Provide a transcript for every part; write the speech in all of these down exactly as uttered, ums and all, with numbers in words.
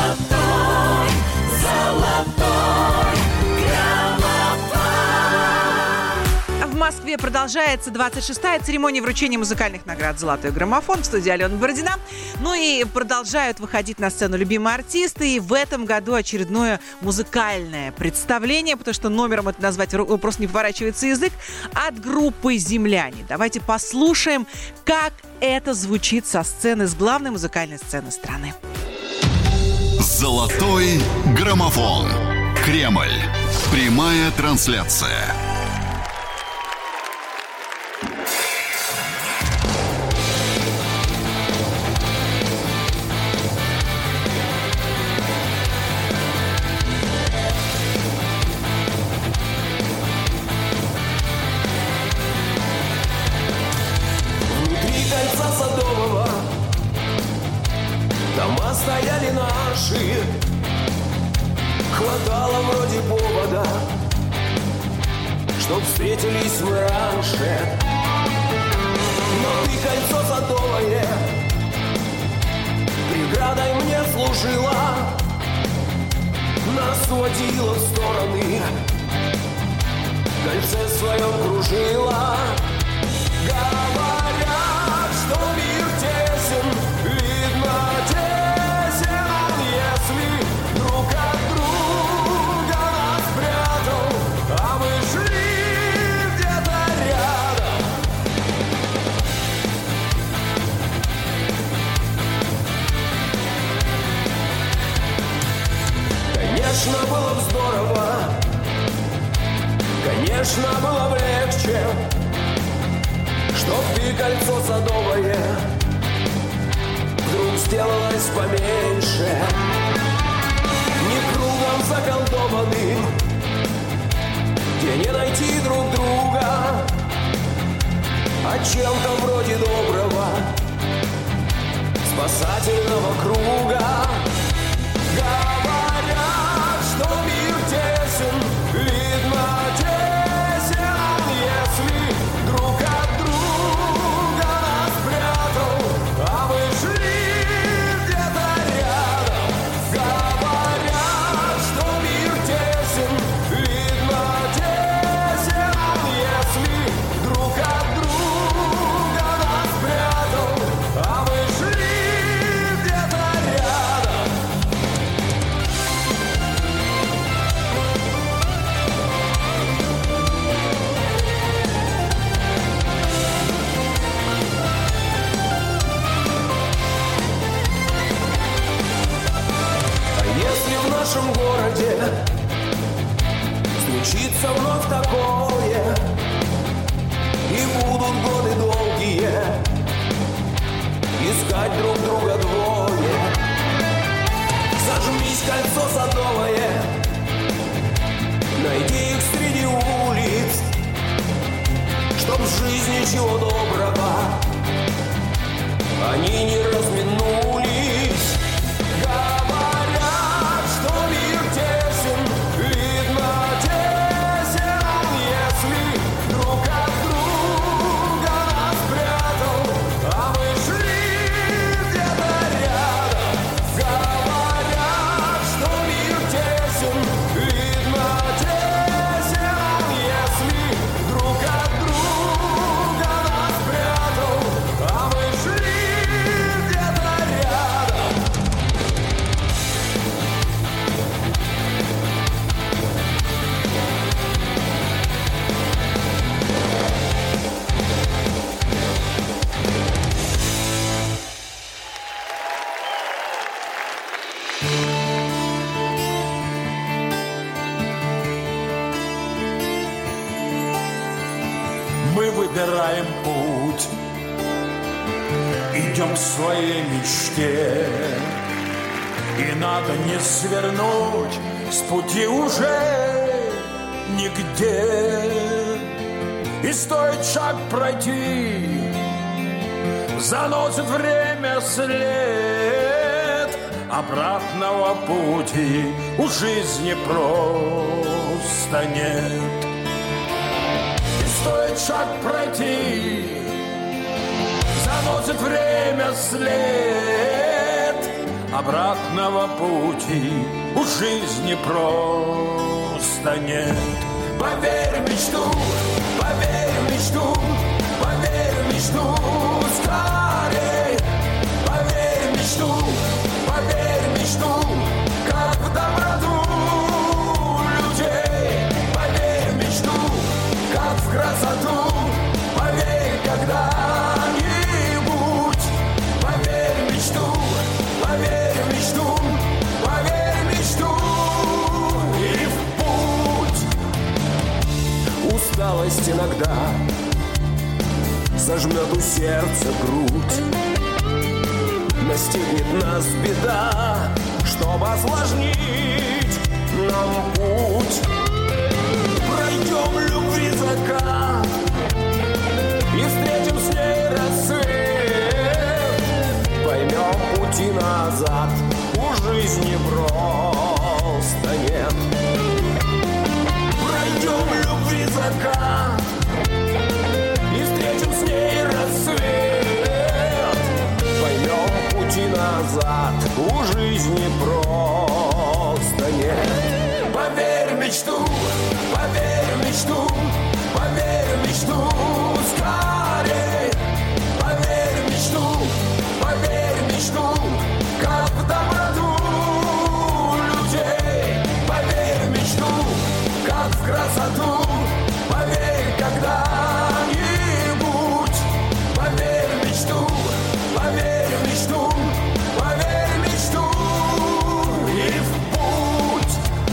Золотой, золотой граммофон. В Москве продолжается двадцать шестая церемония вручения музыкальных наград «Золотой граммофон» в студии Алена Бородина. Ну и продолжают выходить на сцену любимые артисты. И в этом году очередное музыкальное представление, потому что номером это назвать просто не поворачивается язык, от группы «Земляне». Давайте послушаем, как это звучит со сцены, с главной музыкальной сцены страны. «Золотой граммофон». Кремль. Прямая трансляция. Дома стояли наши, хватало вроде повода, чтоб встретились мы раньше. Но ты, кольцо садовое, преградой мне служила, нас сводила в стороны, кольце своем кружила. Говорят, что мир тесен, видно тесен он, если друг от друга нас прятал, а мы шли где-то рядом. Конечно, было бы здорово, конечно, было бы легче, чтоб ты, кольцо садовое, вдруг сделалось поменьше. Не кругом заколдованным, где не найти друг друга, а чем-то вроде доброго спасательного круга. Говорят, что мир тесен, видно тесен он, если друг от друга нас прятал, а мы шли где-то рядом. Говорят, что мир тесен, видно тесен он, если друг от друга нас прятал, а мы шли где-то рядом. Если в нашем городе случится вновь такое, и будут годы долгие искать друг друга двое, зажмись, кольцо садовое, найди их среди улиц, чтоб в жизни чего доброго они не разминулись. Говорят, что мир тесен, видно тесен он, если друг от друга нас прятал, а мы шли где-то рядом. Говорят, что мир тесен, видно тесен он, если друг от друга нас прятал, а мы шли где-то рядом. Мы выбираем путь, идем к своей мечте, и надо не свернуть с пути уже нигде. И стоит шаг пройти, заносит время след, обратного пути у жизни просто нет. Стоит шаг пройти, заносит время след, обратного пути у жизни просто нет. Поверь в мечту, поверь в мечту, поверь в мечту скорей. Поверь в мечту, поверь в мечту, как в доброту людей. Поверь в мечту, как в красоту, поверь когда-нибудь. Поверь в мечту, поверь в мечту, поверь в мечту и в путь. Усталость иногда зажмет у сердца грудь, настигнет нас беда, чтобы осложнить нам путь. Пройдем любви закат и встретим с ней рассвет. Поймем пути назад, у жизни просто нет. Пройдем любви закат и встретим с ней рассвет. Поймем пути назад, у жизни просто нет. Поверь в мечту, поверь в мечту, поверь в мечту скорей. Поверь в мечту, поверь в мечту, как в доброту людей. Поверь в мечту, как в красоту, поверь когда-нибудь. Поверь в мечту, поверь в мечту, поверь в мечту и в путь.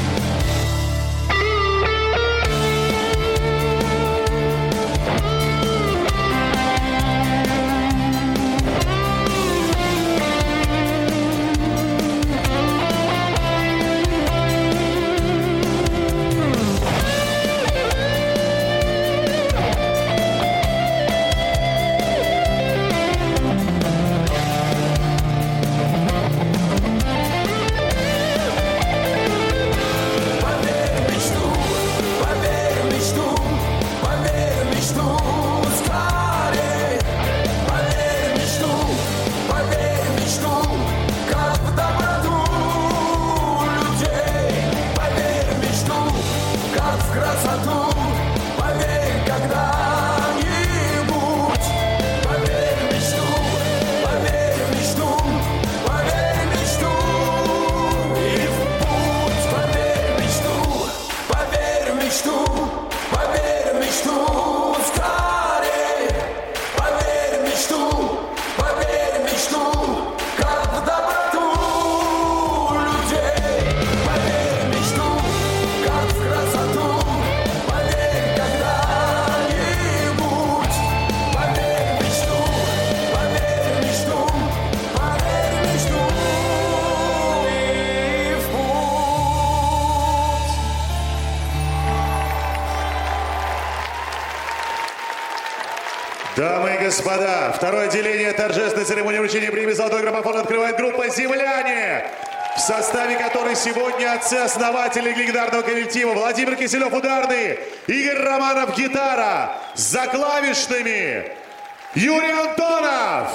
Дамы и господа, второе отделение торжественной церемонии вручения премии «Золотой граммофон» открывает группа «Земляне», в составе которой сегодня отцы-основатели легендарного коллектива Владимир Киселев – ударный, Игорь Романов – гитара, за клавишными Юрий Антонов.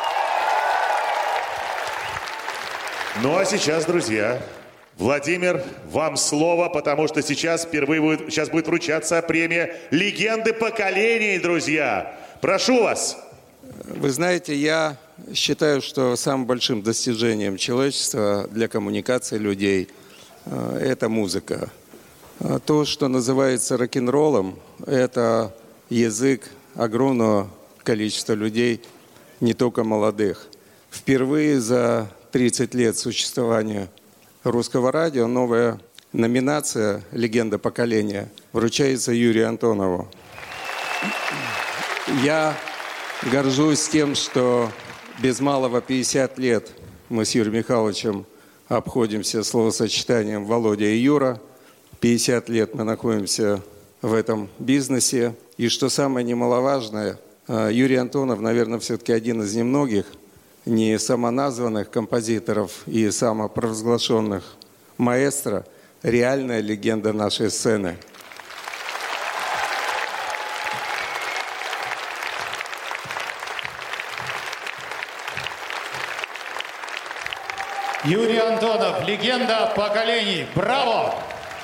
Ну а сейчас, друзья, Владимир, вам слово, потому что сейчас впервые будет, сейчас будет вручаться премия «Легенды поколений», друзья. Прошу вас. Вы знаете, я считаю, что самым большим достижением человечества для коммуникации людей – это музыка. То, что называется рок-н-роллом, это язык огромного количества людей, не только молодых. Впервые за тридцать лет существования русского радио новая номинация «Легенда поколения» вручается Юрию Антонову. Я горжусь тем, что без малого пятьдесят лет мы с Юрием Михайловичем обходимся словосочетанием «Володя и Юра». пятьдесят лет мы находимся в этом бизнесе. И что самое немаловажное, Юрий Антонов, наверное, все-таки один из немногих не самоназванных композиторов и самопровозглашенных маэстро, реальная легенда нашей сцены. Юрий Антонов, легенда поколений. Браво!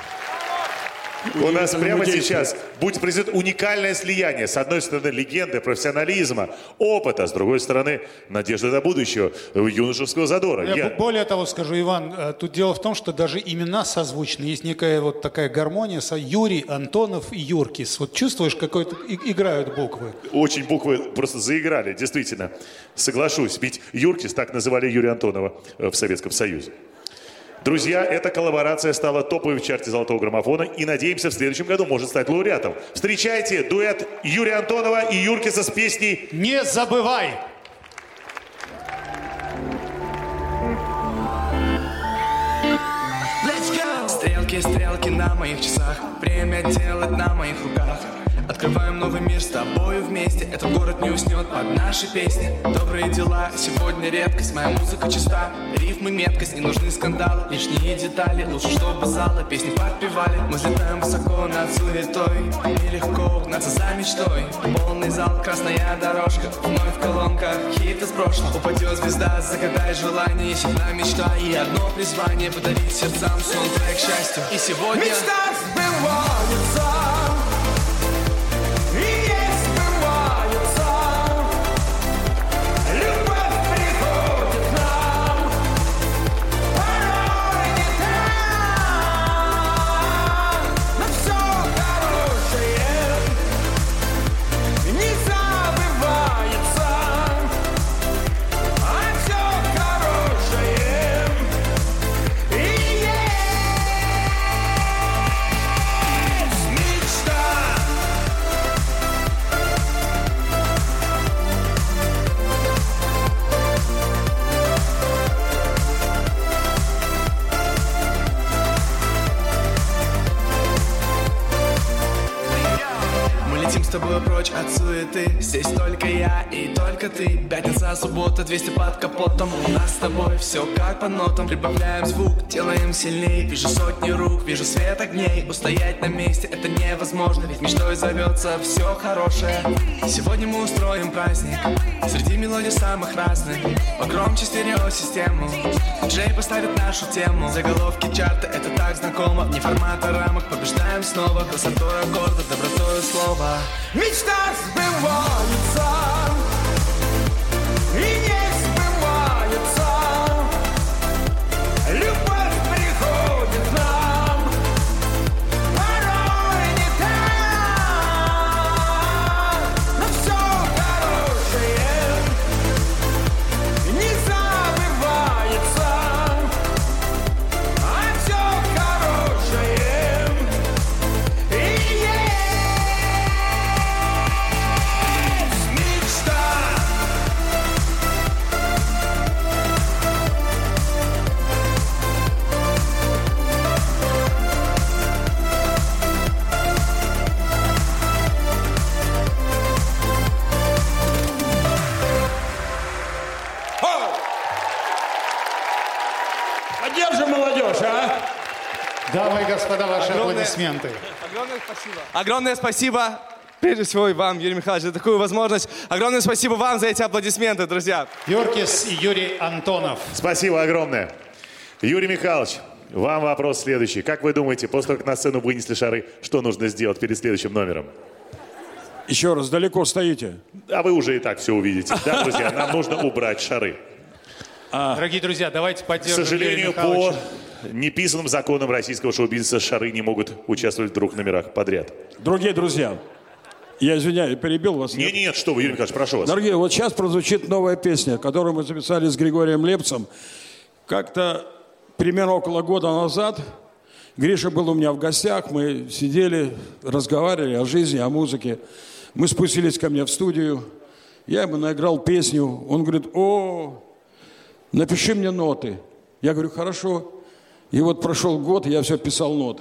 У нас прямо сейчас будет произойдет уникальное слияние. С одной стороны, легенды, профессионализма, опыта. С другой стороны, надежда на будущее, юношеского задора. Я Я... более того скажу, Иван, тут дело в том, что даже имена созвучны. Есть некая вот такая гармония. Юрий, Антонов и Юркис. Вот чувствуешь, какой-то играют буквы? Очень буквы просто заиграли, действительно. Соглашусь, ведь Юркис так называли Юрия Антонова в Советском Союзе. Друзья, эта коллаборация стала топовой в чарте «Золотого граммофона» и, надеемся, в следующем году может стать лауреатом. Встречайте дуэт Юрия Антонова и Юркиса с песней «Не забывай». Стрелки, стрелки на моих часах, время делать на моих руках. Открываем новый мир с тобою вместе. Этот город не уснет под наши песни. Добрые дела сегодня редкость. Моя музыка чиста, рифмы меткость. Не нужны скандалы, лишние детали. Лучше, чтобы зала песни подпевали. Мы взлетаем высоко над суетой. Нелегко угнаться за мечтой. Полный зал, красная дорожка. Вновь в колонках хит из прошлого. Упадет звезда, загадай желание. Сильна мечта и одно призвание. Подарить сердцам саундтрек счастью. И сегодня Мечта сбывается. с тобой прочь от суеты. Здесь только я и только ты. Пятница, суббота, двести под капотом. У нас с тобой все как по нотам. Прибавляем звук, делаем сильней. Вижу сотни рук, вижу свет огней. Устоять на месте это невозможно, ведь мечтой зовется все хорошее. Сегодня мы устроим праздник среди мелодий самых разных. Погромче стереосистему, диджей поставит нашу тему. Заголовки чарта, это так знакомо. Не формата рамок, побеждаем снова. Красотой аккорда, добротой слова. Мечта сбывается и не сбывается. Любовь приходит нам порой не так, но все хорошее не забывается, а все хорошее и есть мечта. Поддержим молодежь, а? Дамы и господа, ваши Огромное- аплодисменты. Огромное спасибо. Огромное спасибо, прежде всего, и вам, Юрий Михайлович, за такую возможность. Огромное спасибо вам за эти аплодисменты, друзья. Юркис и Юрий Антонов. Спасибо огромное. Юрий Михайлович, вам вопрос следующий. Как вы думаете, после того, как на сцену вынесли шары, что нужно сделать перед следующим номером? Еще раз, далеко стоите. А вы уже и так все увидите. Да, друзья, нам нужно убрать шары. Дорогие друзья, давайте К поддержим сожалению, Юрия по Михайловича. неписанным законам российского шоу-бизнеса шары не могут участвовать в двух номерах подряд. Дорогие друзья, я извиняюсь, перебил вас. Нет, нет, что вы, Юрий Михайлович, прошу вас. Дорогие, вот сейчас прозвучит новая песня, которую мы записали с Григорием Лепсом. Как-то примерно около года назад Гриша был у меня в гостях, мы сидели, разговаривали о жизни, о музыке. Мы спустились ко мне в студию, я ему наиграл песню, он говорит: о, напиши мне ноты. Я говорю: хорошо. И вот прошел год, и я все писал ноты.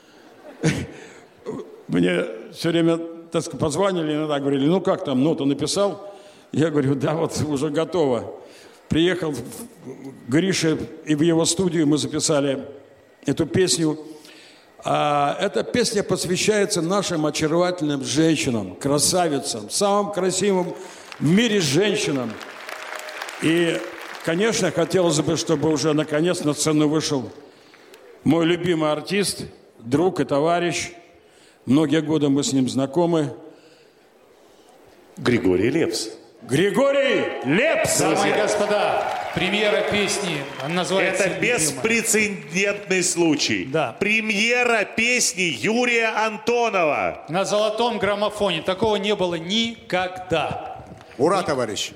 Мне все время, так сказать, позвонили, иногда говорили: ну как там, ноту написал? Я говорю: да, вот уже готово. Приехал к Грише, и в его студию мы записали эту песню. А эта песня посвящается нашим очаровательным женщинам, красавицам, самым красивым в мире женщинам. И конечно, хотелось бы, чтобы уже наконец на сцену вышел мой любимый артист, друг и товарищ. Многие годы мы с ним знакомы. Григорий Лепс. Григорий Лепс! Дамы и господа, премьера песни называется Это беспрецедентный случай. Да. Премьера песни Юрия Антонова. На золотом граммофоне. Такого не было никогда. Ура, товарищи!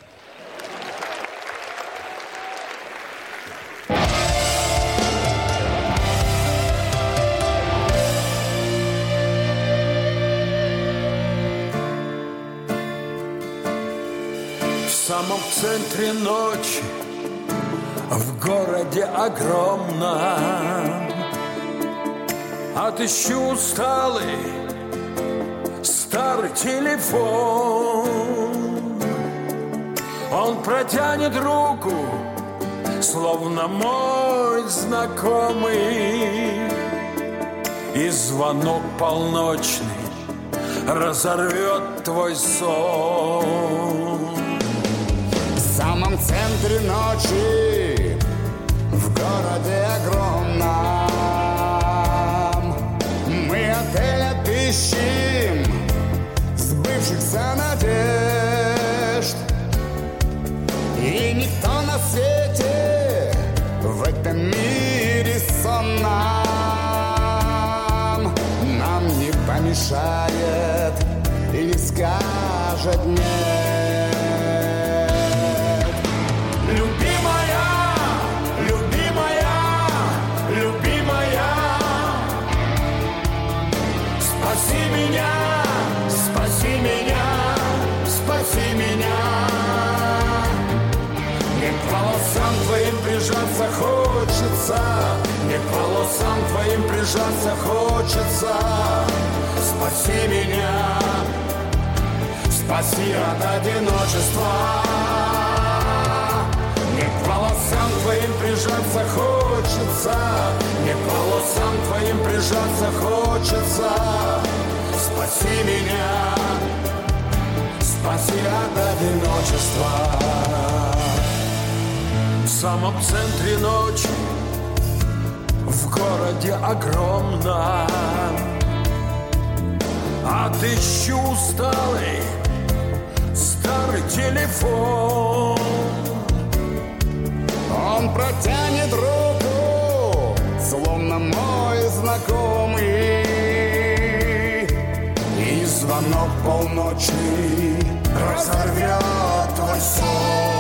В самом центре ночи, в городе огромном, отыщу усталый старый телефон. Он протянет руку, словно мой знакомый, и звонок полночный разорвет твой сон. В самом центре ночи, в городе огромном, мы отель отыщем сбывшихся надежд. И никто на свете в этом мире сонном нам не помешает и не скажет нет. Спаси меня, спаси меня, спаси меня. Мне к волосам твоим прижаться хочется, мне к волосам твоим прижаться хочется. Спаси меня, спаси от одиночества. Мне к волосам твоим прижаться хочется, мне к волосам твоим прижаться хочется. Спаси меня, спаси от одиночества. В самом центре ночи, в городе огромном, отыщу усталый старый телефон. Он протянет руку, словно мой знакомый, и звонок полночный разорвет твой сон.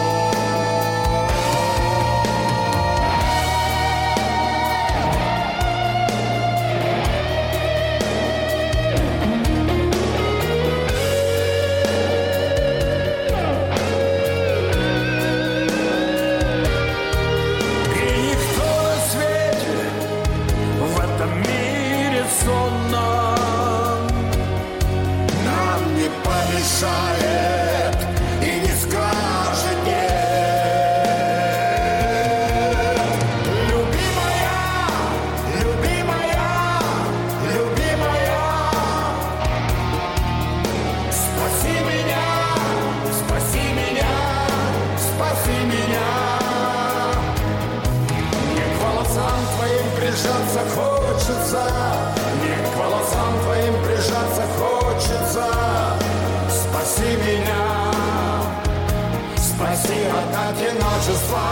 И не скажет нет. Любимая, любимая, любимая, спаси меня, спаси меня, спаси меня. Мне к волосам твоим прижаться хочется, мне к волосам твоим прижаться хочется. Спаси меня, спаси от одиночества.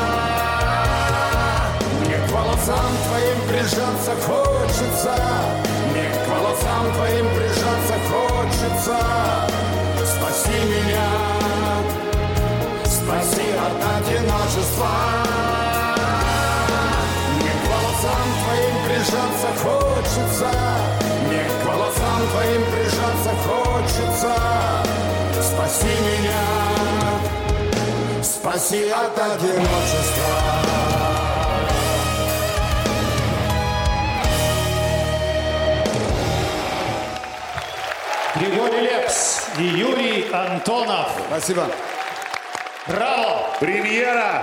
Мне к волосам твоим прижаться хочется, мне к волосам твоим прижаться хочется. Спаси меня, спаси от одиночества. Мне к волосам твоим прижаться хочется, мне к волосам твоим прижаться хочется. Спаси меня, спаси от одиночества. Григорий Лепс и Юрий Антонов. Спасибо. Браво! Премьера!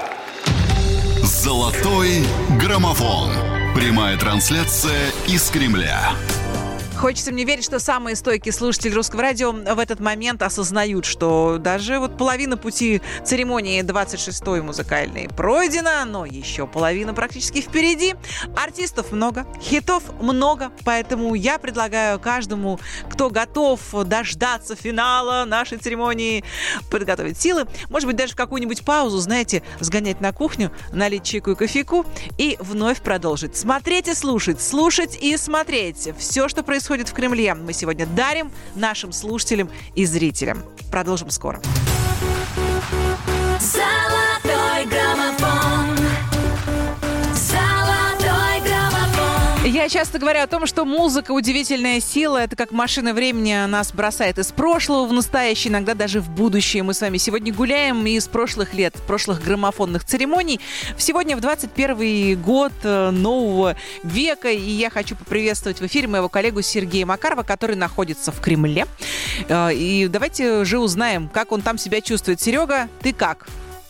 Золотой граммофон. Прямая трансляция из Кремля. Хочется мне верить, что самые стойкие слушатели Русского радио в этот момент осознают, что даже вот половина пути церемонии двадцать шестой музыкальной пройдена, но еще половина практически впереди. Артистов много, хитов много, поэтому я предлагаю каждому, кто готов дождаться финала нашей церемонии, подготовить силы, может быть, даже в какую-нибудь паузу, знаете, сгонять на кухню, налить чайку и кофейку и вновь продолжить. Смотреть и слушать, слушать и смотреть. Все, что происходит в Кремле, мы сегодня дарим нашим слушателям и зрителям. Продолжим скоро. Золотой граммофон. Золотой граммофон. Я часто говорю о том, что музыка — удивительная сила. Это как машина времени нас бросает из прошлого в настоящее, иногда даже в будущее. Мы с вами сегодня гуляем из прошлых лет, прошлых граммофонных церемоний. Сегодня в двадцать первый год нового века. И я хочу поприветствовать в эфире моего коллегу Сергея Макарова, который находится в Кремле. И давайте же узнаем, как он там себя чувствует. Серега, ты как?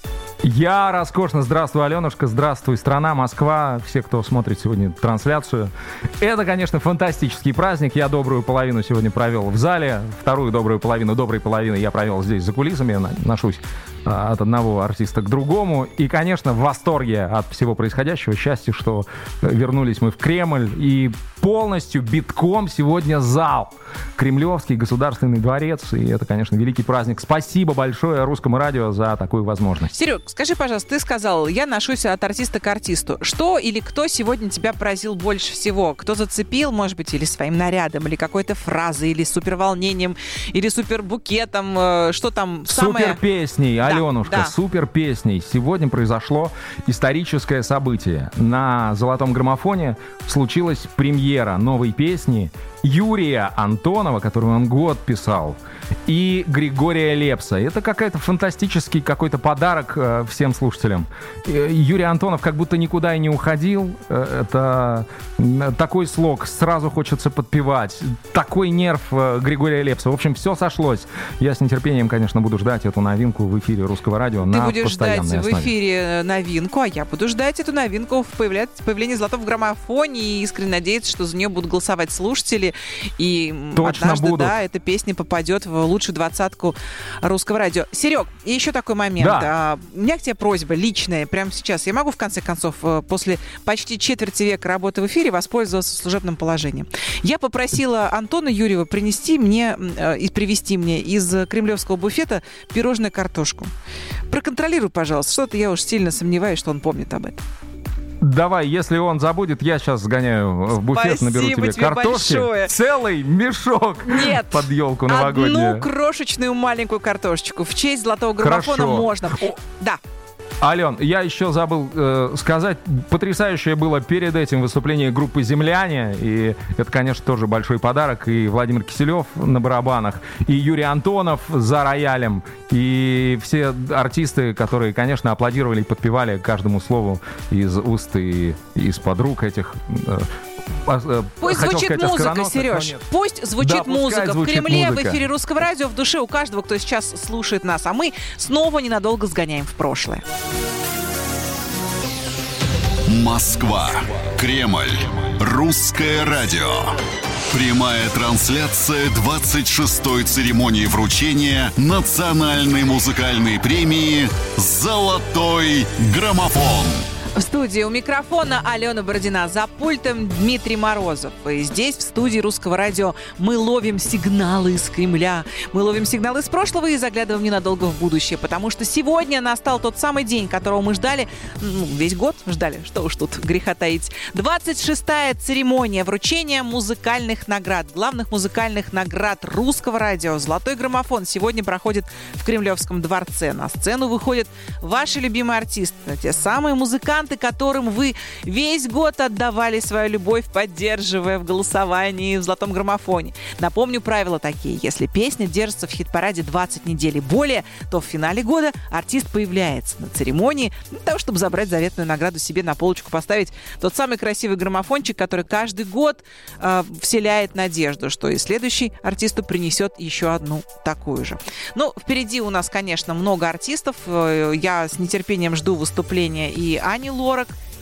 Я роскошно. Здравствуй, Аленушка. Здравствуй, страна, Москва. Все, кто смотрит сегодня трансляцию. Это, конечно, фантастический праздник. Я добрую половину сегодня провел в зале. Вторую добрую половину, доброй половины я провел здесь за кулисами. Я ношусь от одного артиста к другому. И, конечно, в восторге от всего происходящего. Счастье, что вернулись мы в Кремль. И полностью битком сегодня зал. Кремлевский государственный дворец. И это, конечно, великий праздник. Спасибо большое Русскому радио за такую возможность. Серег, скажи, пожалуйста, ты сказал, я ношусь от артиста к артисту. Что или кто сегодня тебя поразил больше всего? Кто зацепил, может быть, или своим нарядом, или какой-то фразой, или суперволнением, или супербукетом? Что там самое... Супер песней, да, Аленушка, да. Супер песней. Сегодня произошло историческое событие. На «Золотом граммофоне» случилась премьера новой песни Юрия Антонова, которую он год писал, и Григория Лепса. Это какой-то фантастический какой-то подарок э, всем слушателям. Э, Юрий Антонов как будто никуда и не уходил. Э, это э, такой слог, сразу хочется подпевать. Такой нерв э, Григория Лепса. В общем, все сошлось. Я с нетерпением, конечно, буду ждать эту новинку в эфире Русского радио. Ты на будешь ждать основе. в эфире новинку, а я буду ждать эту новинку в появлении «Золотого граммофоне» и искренне надеяться, что за нее будут голосовать слушатели. И точно однажды, будут. Да, эта песня попадет в лучшую двадцатку Русского радио. Серег, и еще такой момент. Да. А, у меня к тебе просьба личная прямо сейчас. Я могу, в конце концов, после почти четверти века работы в эфире воспользоваться служебным положением. Я попросила Антона Юрьева принести мне э, и привезти мне из кремлевского буфета пирожную картошку. Проконтролируй, пожалуйста. Что-то я уж сильно сомневаюсь, что он помнит об этом. Давай, если он забудет, я сейчас сгоняю в буфет, Спасибо наберу тебе, тебе картошки. Большое. Целый мешок. Нет, под елку новогоднюю. Одну крошечную маленькую картошечку. В честь «Золотого граммофона» Хорошо. можно. О, да. Ален, я еще забыл э, сказать, потрясающее было перед этим выступление группы «Земляне», и это, конечно, тоже большой подарок, и Владимир Киселев на барабанах, и Юрий Антонов за роялем, и все артисты, которые, конечно, аплодировали и подпевали каждому слову из уст и из-под рук этих... Э, Пусть Хотел звучит сказать, музыка, Сереж. Пусть звучит да, музыка. звучит в Кремле, музыка. В эфире Русского радио, в душе у каждого, кто сейчас слушает нас. А мы снова ненадолго сгоняем в прошлое. Москва. Кремль. Русское радио. Прямая трансляция двадцать шестой церемонии вручения национальной музыкальной премии «Золотой граммофон». В студии у микрофона Алена Бородина, за пультом Дмитрий Морозов. И здесь, в студии Русского радио, мы ловим сигналы из Кремля. Мы ловим сигналы из прошлого и заглядываем ненадолго в будущее, потому что сегодня настал тот самый день, которого мы ждали, ну, весь год ждали, что уж тут греха таить. двадцать шестая церемония вручения музыкальных наград, главных музыкальных наград Русского радио. «Золотой граммофон» сегодня проходит в Кремлевском дворце. На сцену выходят ваши любимые артисты, те самые музыканты, которым вы весь год отдавали свою любовь, поддерживая в голосовании в «Золотом граммофоне». Напомню, правила такие. Если песня держится в хит-параде двадцать недель и более, то в финале года артист появляется на церемонии для того, чтобы забрать заветную награду себе на полочку, поставить тот самый красивый граммофончик, который каждый год э, вселяет надежду, что и следующий артисту принесет еще одну такую же. Ну, впереди у нас, конечно, много артистов. Я с нетерпением жду выступления и Ани Лорак,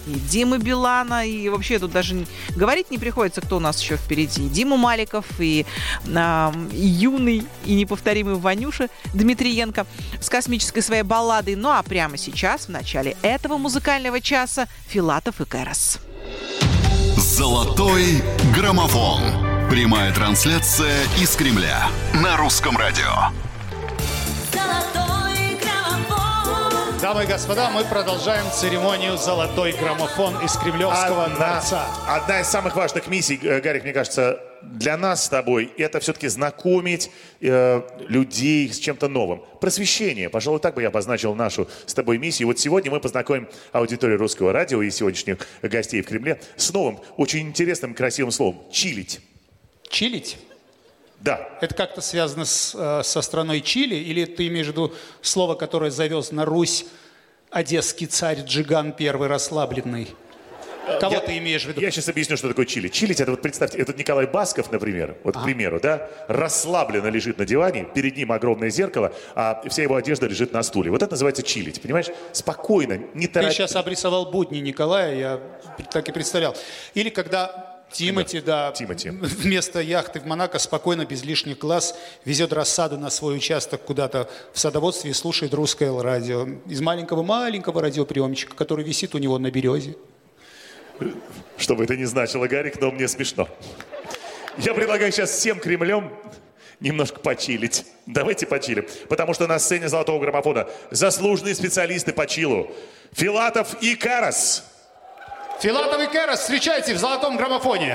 и Димы Билана, и вообще тут даже говорить не приходится, кто у нас еще впереди. Дима Маликов, и, э, и юный, и неповторимый Ванюша Дмитриенко с космической своей балладой. Ну а прямо сейчас, в начале этого музыкального часа, Филатов и Кэрос. Золотой граммофон. Прямая трансляция из Кремля на Русском радио. Золотой граммофон. Дамы и господа, мы продолжаем церемонию «Золотой граммофон» из Кремлевского Одна, дворца. одна из самых важных миссий, Гарик, мне кажется, для нас с тобой, это все-таки знакомить э, людей с чем-то новым. Просвещение. Пожалуй, так бы я обозначил нашу с тобой миссию. Вот сегодня мы познакомим аудиторию Русского радио и сегодняшних гостей в Кремле с новым, очень интересным, красивым словом – чилить. Чилить? Да. Это как-то связано с, э, со страной Чили? Или ты имеешь в виду слово, которое завез на Русь одесский царь Джиган I расслабленный? Кого я, ты имеешь в виду? Я сейчас объясню, что такое чили. Чилить, это вот представьте, это Николай Басков, например, вот, а. к примеру, да, расслабленно лежит на диване, перед ним огромное зеркало, а вся его одежда лежит на стуле. Вот это называется чилить, понимаешь? Спокойно, не торопись. Ты сейчас обрисовал будни Николая, я так и представлял. Или когда Тимати, да, Тимати. вместо яхты в Монако спокойно, без лишних глаз, везет рассаду на свой участок куда-то в садоводстве и слушает русское радио. Из маленького-маленького радиоприемничка, который висит у него на березе. Что бы это ни значило, Гарик, но мне смешно. Я предлагаю сейчас всем Кремлем немножко почилить. Давайте почилим. Потому что на сцене «Золотого граммофона» заслуженные специалисты по чилу. Филатов и Кэрос. Филатов и Кэрос, встречайте в «Золотом граммофоне».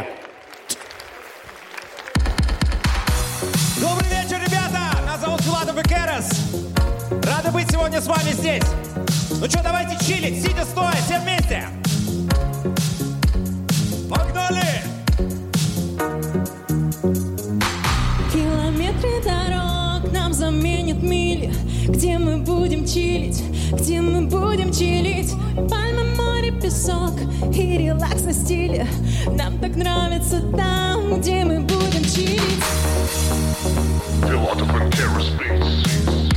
Добрый вечер, ребята! Нас зовут Филатов и Кэрос. Рады быть сегодня с вами здесь. Ну что, давайте чилить, сидя, стоя, все вместе. Погнали! Километры дорог нам заменят мили. Где мы будем чилить, где мы будем чилить. Пальмы, море, песок и релакс на стиле. Нам так нравится там, где мы будем чилить. Филатов и Кэрос, please.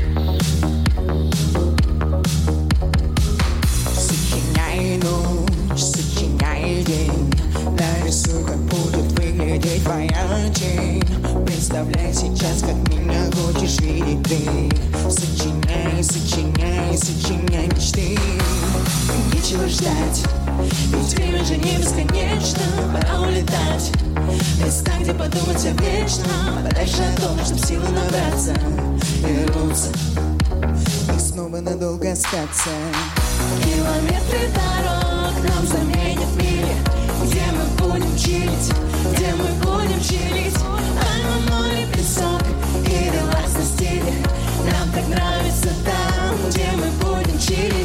Сочиняй ночь, сочиняй день. Нарисуй, как будет выглядеть твоя тень. Представляй сейчас, как меня хочешь видеть ты. Сочиняй, сочиняй, сочиняй мечты. Нечего ждать, ведь время же не бесконечно. Пора улетать в места, где подумать о вечном. Подальше от дома, чтоб силы набраться и вернуться, и снова надолго остаться. Километры дорог нам заменят мили. Где мы будем чилить, где мы будем чилить. Пальма, море, песок и релакс на стиле. Нам так нравится там, где мы будем чилить.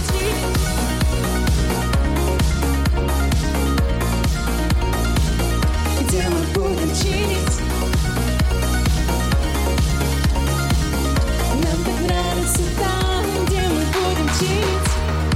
Где мы будем чилить. Нам так нравится там, где мы будем чилить.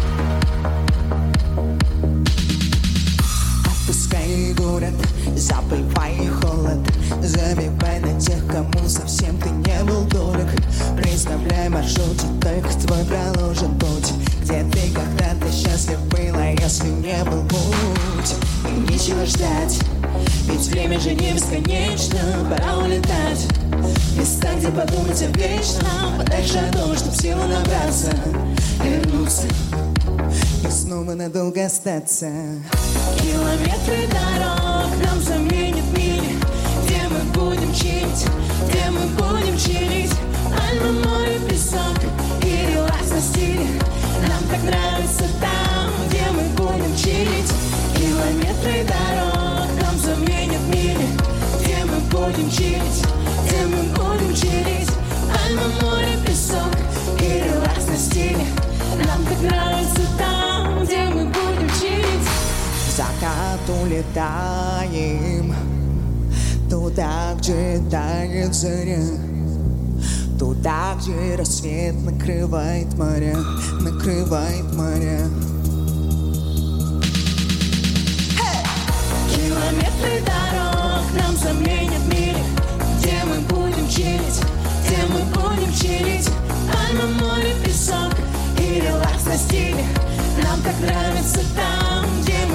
Отпускай город, забывай холод. Забивай на тех, кому совсем ты не был дорог. Представляй маршрутик, твой проложен путь. Где ты когда-то счастлив была, если не был путь. И нечего ждать, ведь время же не бесконечно. Пора улетать в места, где подумать о вечном. Подальше от дома, чтоб силы набраться и вернуться, и снова надолго остаться. Километры дорог нам заменят мили. Где мы будем чилить, где мы будем чилить. Пальмы, море, песок и релакс на стиле. Нам так нравится там, где мы будем чилить. Километры дорог нам заменят мили. Где мы будем чилить, где мы будем чилить. Пальмы, море, песок и релакс на стиле. Нам так нравится там, где мы будем чилить. В закат улетаем туда, где тает заря. Туда, где рассвет накрывает моря, накрывает моря. Километры дорог нам заменят мили. Где мы будем чилить, где мы будем чилить. Пальма, море, песок и релакс на стиле. Нам так нравится там, где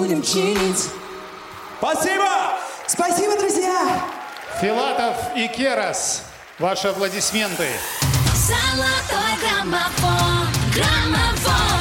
будем чинить. Спасибо! Спасибо, друзья! Филатов и Керос, ваши аплодисменты. Золотой граммофон, граммофон.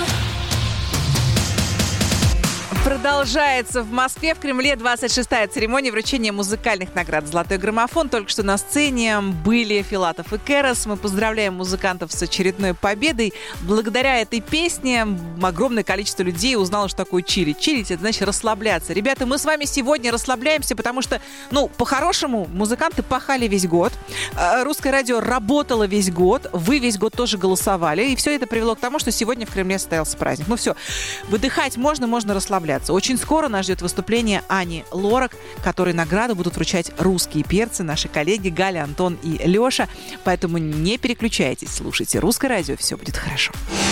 Продолжается в Москве, в Кремле, двадцать шестая церемония вручения музыкальных наград «Золотой граммофон». Только что на сцене были Филатов и Керос. Мы поздравляем музыкантов с очередной победой. Благодаря этой песне огромное количество людей узнало, что такое чилить. Чилить — это значит расслабляться. Ребята, мы с вами сегодня расслабляемся, потому что, ну, по-хорошему, музыканты пахали весь год. Русское радио работало весь год. Вы весь год тоже голосовали. И все это привело к тому, что сегодня в Кремле состоялся праздник. Ну все, выдыхать можно, можно расслабляться. Очень скоро нас ждет выступление Ани Лорак, которой награду будут вручать русские перцы, наши коллеги Галя, Антон и Леша. Поэтому не переключайтесь, слушайте Русское радио, все будет хорошо.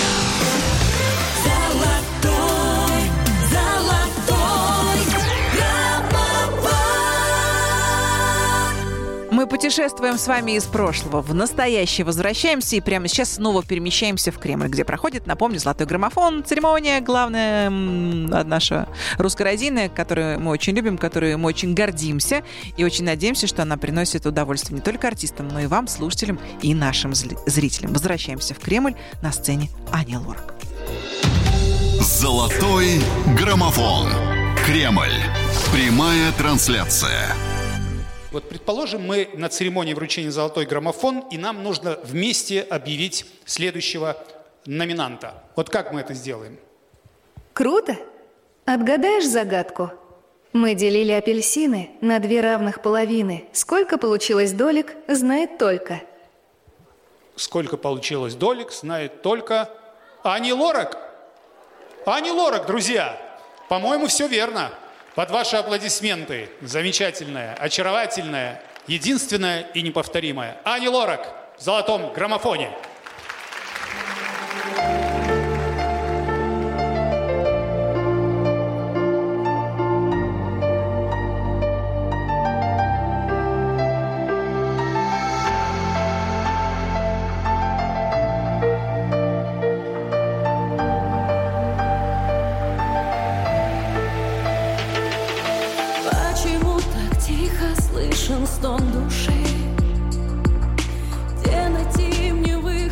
Мы путешествуем с вами из прошлого в настоящее, возвращаемся и прямо сейчас снова перемещаемся в Кремль, где проходит, напомню, «Золотой граммофон», церемония главная наша русскорадийная, которую мы очень любим, которую мы очень гордимся и очень надеемся, что она приносит удовольствие не только артистам, но и вам, слушателям и нашим зрителям. Возвращаемся в Кремль, на сцене Аня Лорак. «Золотой граммофон». Кремль. Прямая трансляция. Вот, предположим, мы на церемонии вручения «Золотой граммофон», и нам нужно вместе объявить следующего номинанта. Вот как мы это сделаем? Круто! Отгадаешь загадку? Мы делили апельсины на две равных половины. Сколько получилось долек, знает только. Сколько получилось долек, знает только Ани Лорак. Ани Лорак, друзья! По-моему, все верно. Под ваши аплодисменты замечательная, очаровательная, единственная и неповторимая Ани Лорак в «Золотом граммофоне». Стон души, где найти мне выход?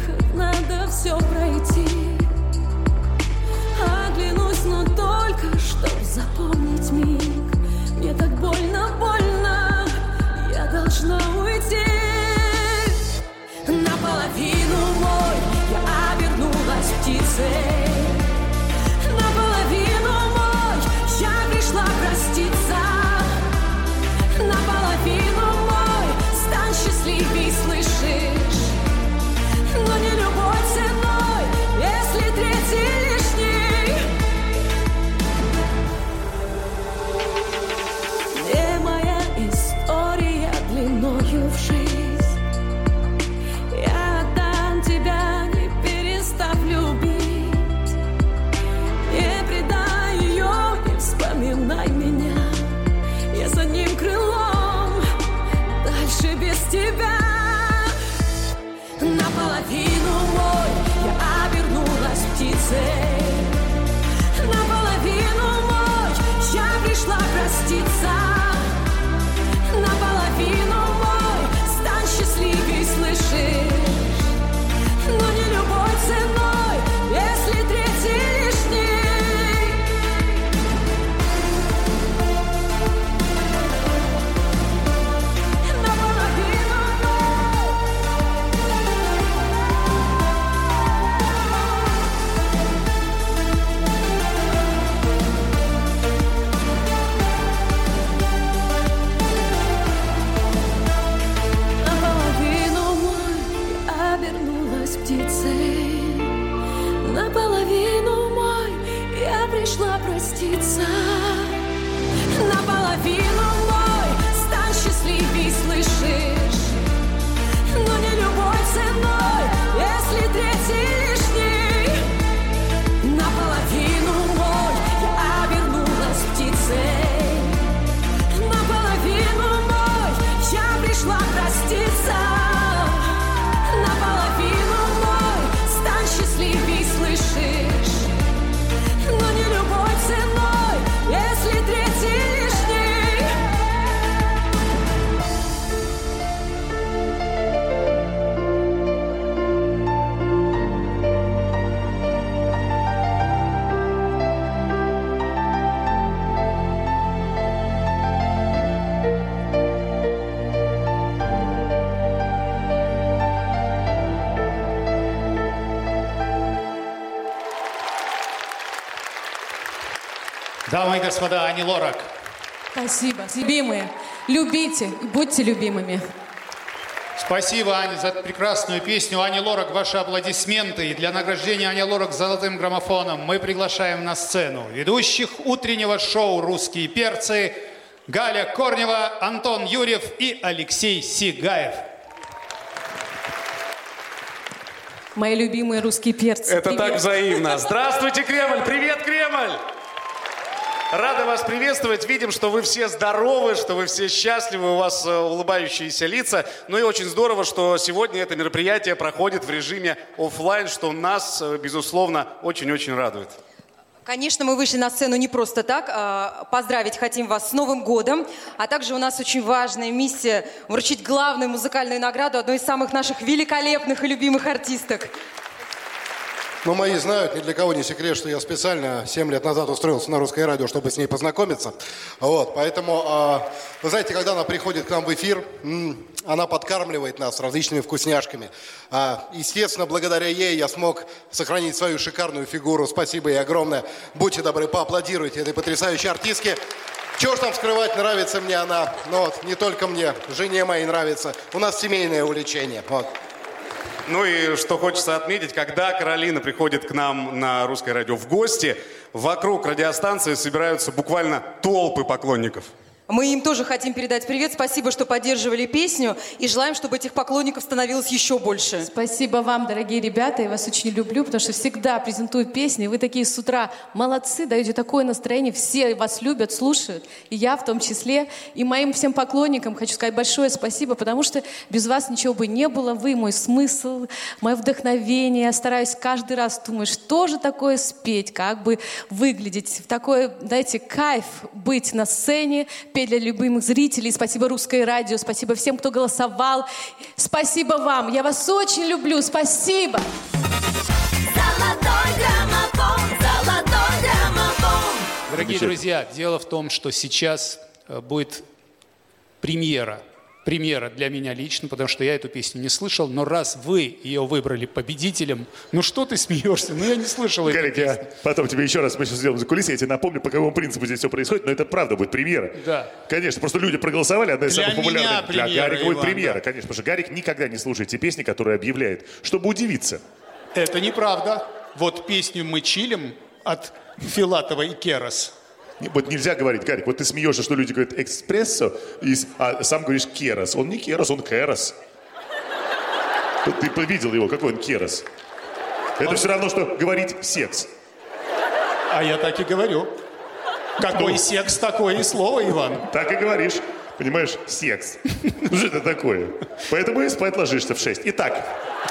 Дамы и господа, Ани Лорак. Спасибо. Любимые, любите и будьте любимыми. Спасибо, Аня, за эту прекрасную песню. Ани Лорак, ваши аплодисменты. И для награждения Ани Лорак золотым граммофоном мы приглашаем на сцену ведущих утреннего шоу «Русские перцы» Галя Корнева, Антон Юрьев и Алексей Сигаев. Мои любимые русские перцы. Это Привет. так взаимно. Здравствуйте, Кремль! Привет, Кремль! Рада вас приветствовать. Видим, что вы все здоровы, что вы все счастливы, у вас улыбающиеся лица. Ну и очень здорово, что сегодня это мероприятие проходит в режиме офлайн, что нас, безусловно, очень-очень радует. Конечно, мы вышли на сцену не просто так. Поздравить хотим вас с Новым годом. А также у нас очень важная миссия вручить главную музыкальную награду одной из самых наших великолепных и любимых артисток. Ну, мои знают, ни для кого не секрет, что я специально семь лет назад устроился на Русское радио, чтобы с ней познакомиться. Вот, поэтому, э, вы знаете, когда она приходит к нам в эфир, м- она подкармливает нас различными вкусняшками. А, естественно, благодаря ей я смог сохранить свою шикарную фигуру. Спасибо ей огромное. Будьте добры, поаплодируйте этой потрясающей артистке. Чего ж там скрывать, нравится мне она. Ну, вот, не только мне, жене моей нравится. У нас семейное увлечение. Вот. Ну и что хочется отметить, когда Каролина приходит к нам на Русское радио в гости, вокруг радиостанции собираются буквально толпы поклонников. Мы им тоже хотим передать привет. Спасибо, что поддерживали песню. И желаем, чтобы этих поклонников становилось еще больше. Спасибо вам, дорогие ребята. Я вас очень люблю, потому что всегда презентую песни. Вы такие с утра молодцы, даете такое настроение. Все вас любят, слушают. И я в том числе. И моим всем поклонникам хочу сказать большое спасибо, потому что без вас ничего бы не было. Вы мой смысл, мое вдохновение. Я стараюсь каждый раз думать, что же такое спеть, как бы выглядеть. В такой, знаете, кайф быть на сцене, для любимых зрителей. Спасибо Русское радио, спасибо всем, кто голосовал. Спасибо вам, я вас очень люблю, спасибо. Золотой граммофон, золотой граммофон. Дорогие друзья, дело в том, что сейчас будет премьера. Премьера для меня лично, потому что я эту песню не слышал. Но раз вы ее выбрали победителем, ну что ты смеешься? Ну я не слышал эту Гарик, песню. я потом тебе еще раз мы сейчас сделаем за кулисы, я тебе напомню, по какому принципу здесь все происходит, но это правда будет премьера. Да. Конечно, просто люди проголосовали, одна из Для самых популярных. меня Для премьера, Гарика будет Иван, премьера, да. конечно, потому что Гарик никогда не слушает те песни, которые объявляет, чтобы удивиться. Это неправда. Вот песню «Мы чилим» от Филатова и Керос. Вот нельзя говорить, Гарик, вот ты смеешься, что люди говорят «экспрессо», а сам говоришь «керос». Он не керос, он керос. Вот ты видел его, какой он керос. Это все равно, что говорить «секс». А я так и говорю. Какой Ну. секс, такое и слово, Иван. Так и говоришь. Понимаешь, секс. Ну что это такое? Поэтому и спать ложишься в шесть. Итак.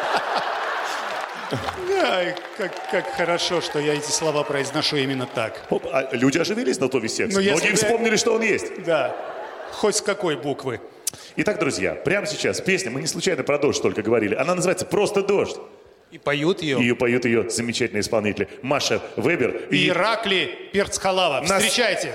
Ай, как, как хорошо, что я эти слова произношу именно так. Оп, а люди оживились на слове секс. Ну, если Многие бы- вспомнили, что он есть. Да. Хоть с какой буквы. Итак, друзья, прямо сейчас песня, мы не случайно про дождь только говорили, она называется «Просто дождь». И поют ее. Ее поют ее замечательные исполнители Маша Вебер И Иракли Перцхалава. Нас- Встречайте.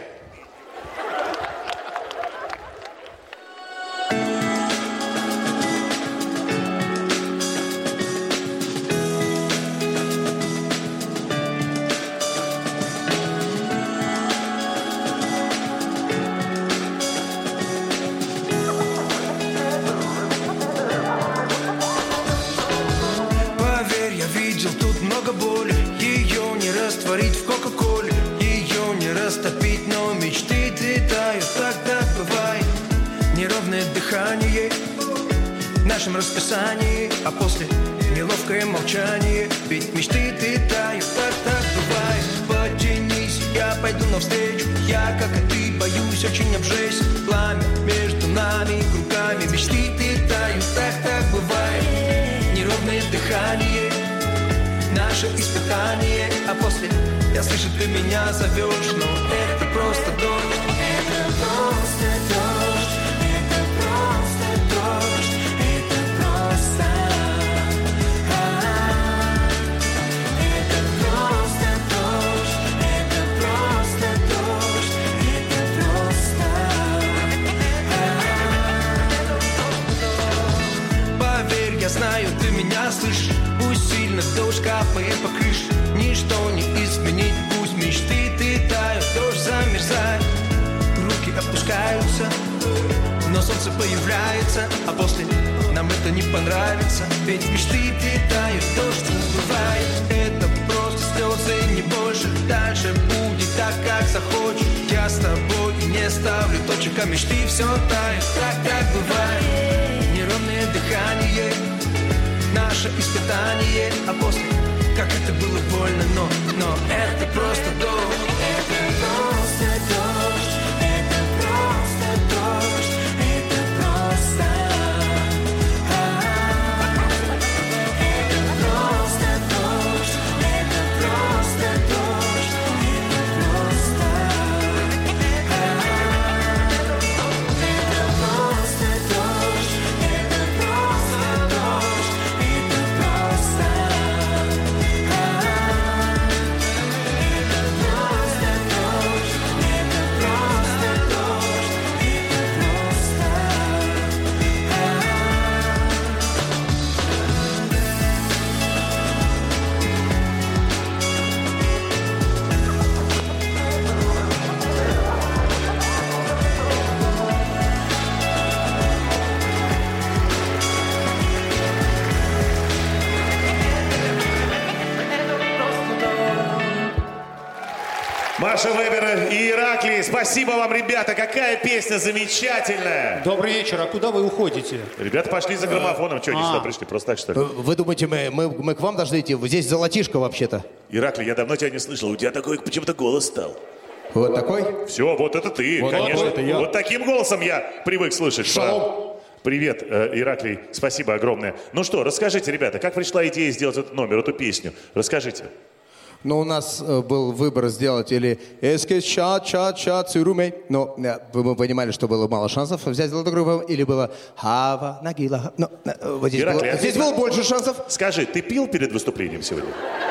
Поверь, я видел тут много боли. Ее не растворить в кока-коле, ее не растопить, но мечты летают, так так бывает. Неровное дыхание в нашем расписании, а после неловкое молчание. Ведь мечты летают, так так бывает. Потянись, я пойду навстречу. Я, как и ты, боюсь очень обжечься. Пламя между нами кругами. Мечты летают, так так бывает. Неровное дыхание, наше испытание. А после, я слышу, ты меня зовешь. Но это просто дождь. Это просто дождь. Это просто дождь. Это просто. А-а-а. Это просто дождь. Это просто дождь. Это просто. А-а-а. Поверь, я знаю, ты меня слышишь. Пусть сильно дождь капает по крыше, ничто не изменить. Пусть мечты летают, дождь заменит. солнце появляется, а после нам это не понравится. Ведь мечты питают то, что бывает. Это просто слезы, не больше. Дальше будет так, как захочешь. Я с тобой не ставлю точек, а мечты все тают. Так, так бывает. Неровное дыхание, наше испытание, а после, как это было больно, но, но это просто дождь. Это просто дождь, это просто дождь, это просто. Это просто дождь, это просто дождь, это просто. Это просто дождь, это просто дождь, это просто. Маша Вебер и Ираклий, спасибо вам, ребята, какая песня замечательная. Добрый вечер, а куда вы уходите? Ребята пошли за граммофоном, что они А. сюда пришли, просто так что ли? Вы думаете, мы, мы, мы к вам должны идти? Здесь золотишко вообще-то. Ираклий, я давно тебя не слышал, у тебя такой почему-то голос стал. Вот такой? Все, вот это ты, Вот конечно. это я. Вот таким голосом я привык слышать. Шалом. Привет, э, Ираклий, спасибо огромное. Ну что, расскажите, ребята, как пришла идея сделать этот номер, эту песню? Расскажите. Ну, у нас э, был выбор сделать или «Эскес чат чат чат цирумей», но э, вы- мы понимали, что было мало шансов взять золотую группу, или было «Хава нагила». Ну, э, вот здесь, Ираклий, было, а здесь ты- было больше шансов. Скажи, ты пил перед выступлением сегодня?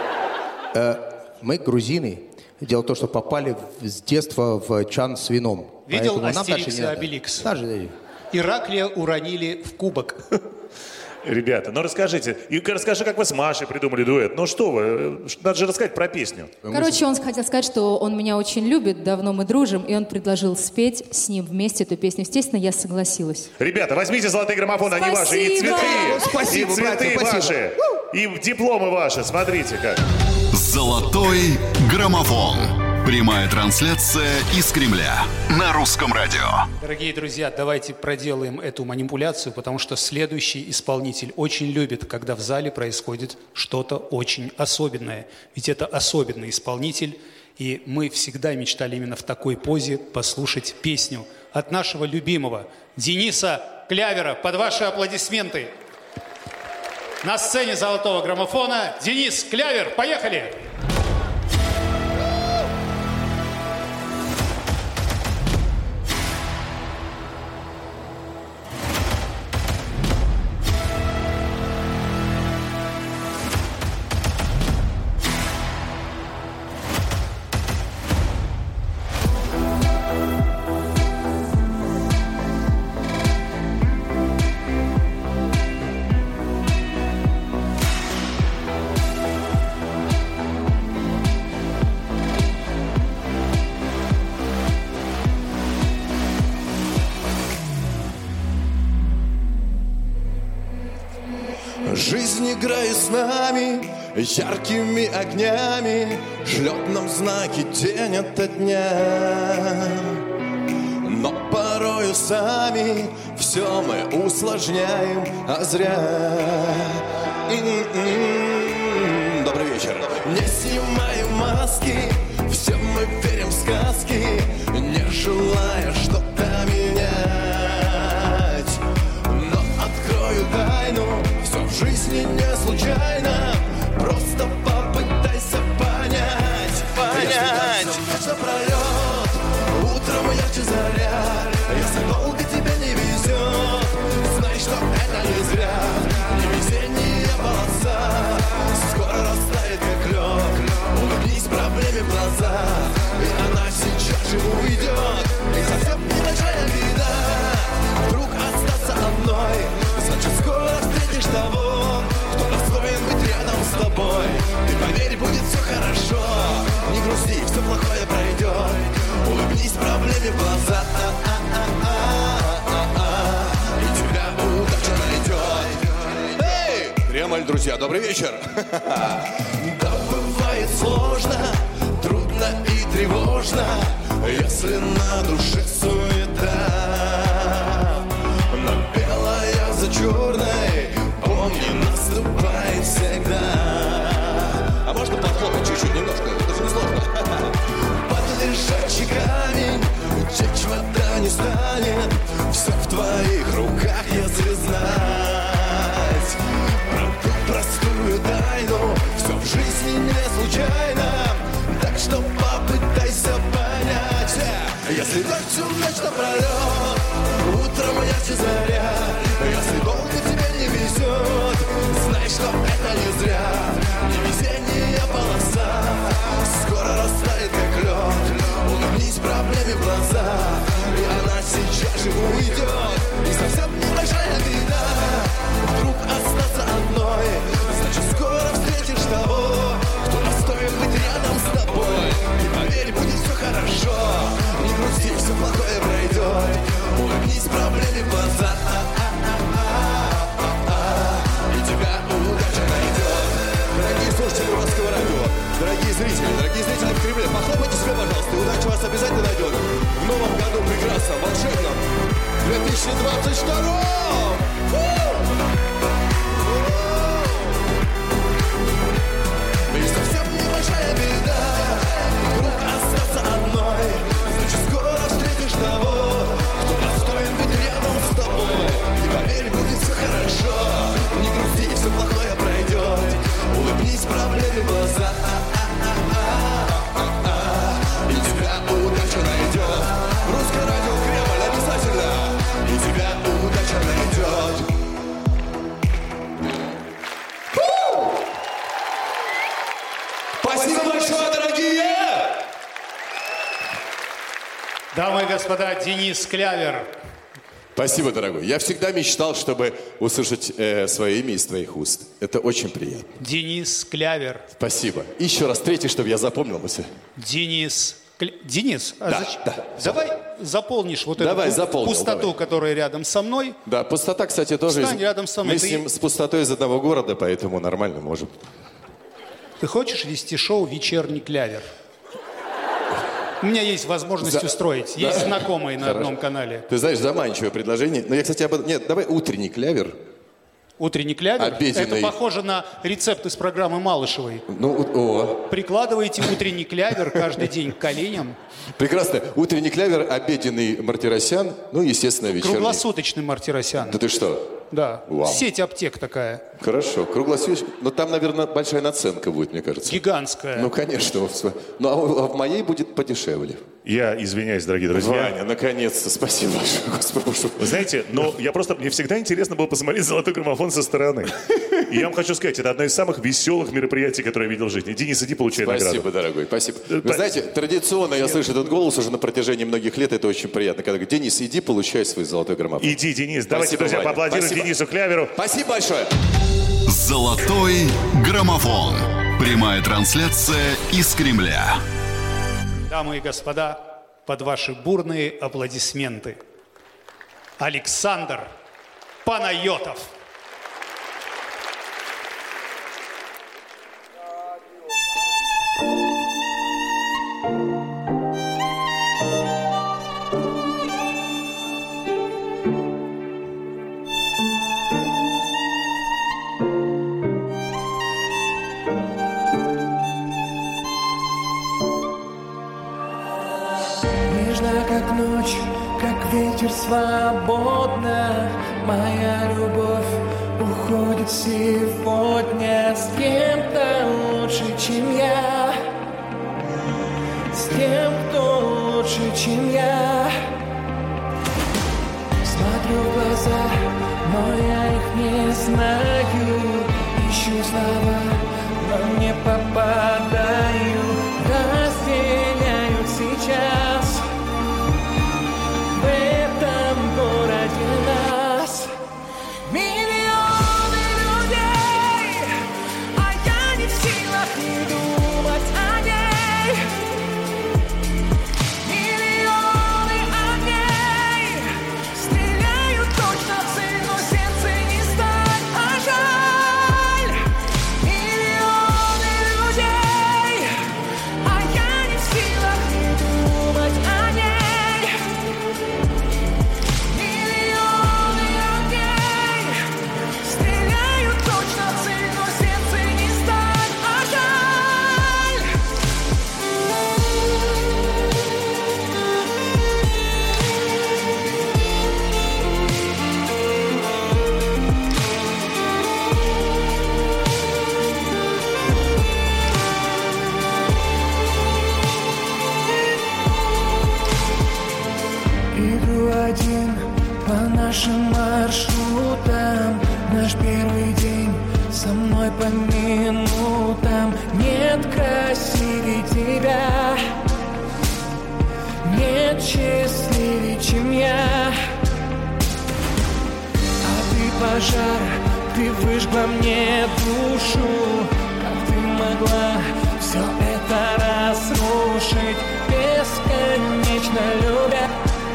Э, мы грузины. Дело в том, что попали в- с детства в чан с вином. Видел Поэтому нам дальше Астерикс не и надо. Обеликс? Даже- Ираклия уронили в кубок. Ребята, ну расскажите. И расскажи, как вы с Машей придумали дуэт. Ну что вы, надо же рассказать про песню. Короче, он хотел сказать, что он меня очень любит, давно мы дружим, и он предложил спеть с ним вместе эту песню. Естественно, я согласилась. Ребята, возьмите золотые граммофоны, они ваши. И Спасибо. цветы, Спасибо, и цветы братья, спасибо. ваши, и дипломы ваши. Смотрите как. Золотой граммофон. Прямая трансляция из Кремля на Русском радио. Дорогие друзья, давайте проделаем эту манипуляцию, потому что следующий исполнитель очень любит, когда в зале происходит что-то очень особенное. Ведь это особенный исполнитель, и мы всегда мечтали именно в такой позе послушать песню от нашего любимого Дениса Клявера. Под ваши аплодисменты. На сцене золотого граммофона Денис Клявер. Поехали! Жизнь играет с нами яркими огнями, шлет нам знаки день ото дня. Но порою сами все мы усложняем, а зря. М-м-м. Добрый вечер. Не снимаем маски, все мы верим в сказки, не желая что-то менять. Но открою тайну, все в жизни не случайно. Просто попытайся понять, понять. Если ночь пролет, утром ярче заря. Если долго тебе не везет, знай, что это не зря. Невезение полоса скоро растает как лед. Улыбнись проблеме в глаза, и она сейчас же уйдет. И совсем небольшая беда, вдруг остаться одной, значит скоро встретишь того, кто достоин быть рядом с тобой. Ты поверь, будет все хорошо, не грусти, все плохое пройдет. Улыбнись проблеме в глаза. А-а-а-а-а-а. Нормально, друзья, добрый вечер. Да, бывает сложно, трудно и тревожно, если на душе суета. Но белое за черной, помни, наступает всегда. А можно подхлопать чуть-чуть, немножко, это же не сложно. Под лежачий камень течь вода не станет, все в твоих руках, если знать про ту простую тайну. Все в жизни не случайно, так что попытайся понять. Если дождь всю ночь напролет, утром ярче заря. Если долго тебе не везет, знай, что это не зря. Невезение полоса скоро растает, как лед. Улыбнись проблеме в глаза, и она сейчас же уйдет. И совсем небольшая беда вдруг остаться одной, значит, скоро встретишь того, кто достоин быть рядом с тобой. И поверь, будет все хорошо, не грусти, все плохое пройдет. Улыбнись проблеме в глаза, и тебя удача найдет. Дорогие слушатели Уральского радио, дорогие зрители, дорогие зрители в Кремле, похлопайте себе, пожалуйста, и удача вас обязательно найдет в новом году прекрасном, волшебном две тысячи двадцать втором! И совсем небольшая беда вдруг остаться одной, значит, скоро встретишь того, кто достоин быть рядом с тобой. И поверь, будет все хорошо, не грусти, все плохое пройдет. Улыбнись проблеме в глаза, и тебя удача найдет. Русское радио Кремль обязательно, и тебя удача найдет. Спасибо большое, дорогие! Дамы и господа, Денис Клявер. Спасибо, дорогой. Я всегда мечтал, чтобы услышать э, свое имя из твоих уст. Это очень приятно. Денис Клявер. Спасибо. И еще раз третий, чтобы я запомнил. Все. Денис Кля... Денис, а Да, зач- да. давай заполнишь вот Давай, эту пу- заполнил, пустоту, давай. которая рядом со мной. Да, пустота, кстати, тоже... Встань рядом со мной. Мы Ты- с ним с пустотой из одного города, поэтому нормально можем. Ты хочешь вести шоу «Вечерний Клявер»? У меня есть возможность За- устроить. Да? Есть знакомые на Хорошо. одном канале. Ты знаешь, заманчивое предложение. Но я, кстати, об этом... Нет, давай утренний клявер. Утренний Клявер? Обеденный. Это похоже на рецепт из программы Малышевой. Ну, о. Прикладываете утренний Клявер каждый день к коленям. Прекрасно. Утренний клявер, обеденный Мартиросян, ну, естественно, вечерний. Круглосуточный Мартиросян. Да ты что? Да. Вау. Сеть аптек такая. Хорошо, круглосуточный. Но там, наверное, большая наценка будет, мне кажется. Гигантская. Ну, конечно. Ну, а в моей будет подешевле. Я извиняюсь, дорогие друзья. Ваня, наконец-то, спасибо большое, Господи, прошу. Вы знаете, но я просто, мне всегда интересно было посмотреть «Золотой граммофон» со стороны. И я вам хочу сказать, это одно из самых веселых мероприятий, которые я видел в жизни. Денис, иди получай награду. Спасибо, дорогой, спасибо. Вы знаете, традиционно я слышу этот голос уже на протяжении многих лет, это очень приятно. Когда говорят, Денис, иди, получай свой золотой граммофон. Иди, Денис, давайте, Спасибо, друзья, Ваня. поаплодируем Спасибо. Денису Кляверу. Спасибо большое. Золотой граммофон. Прямая трансляция из Кремля. Дамы и господа, под ваши бурные аплодисменты. Александр Панайотов. Нежно, как ночь, как ветер свободно, моя любовь уходит сегодня с кем-то лучше, чем я, с тем, кто лучше, чем я. Смотрю в глаза, но я их не знаю, ищу слова, но не попадаю, разделяют сейчас в этом городе нас миллионы людей, а я не в силах не думать о ней. Миллионы огней стреляют точно в цель, но сердце не сталь, а жаль. нашим маршрутам. Наш первый день со мной по минутам. Нет красивее тебя, нет счастливее, чем я. А ты пожар, ты выжгла мне душу. Как ты могла все это разрушить, бесконечно любя?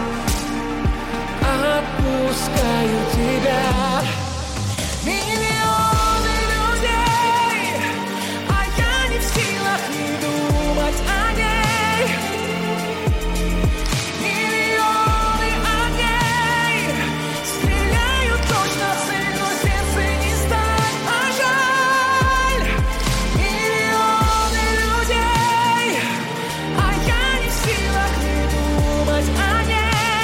Отпускаю тебя. Миллионы людей, а я не в силах не думать о ней. Миллионы огней стреляют точно в цель, но сердце не стать, а жаль. Миллионы людей, а я не в силах не думать о ней.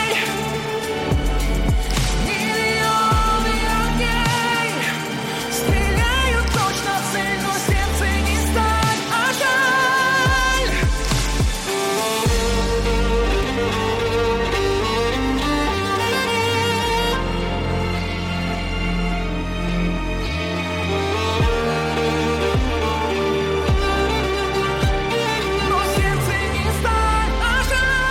Миллионы огней стреляют точно в цель, но сердце не стать, а жаль. Но сердце не стать, а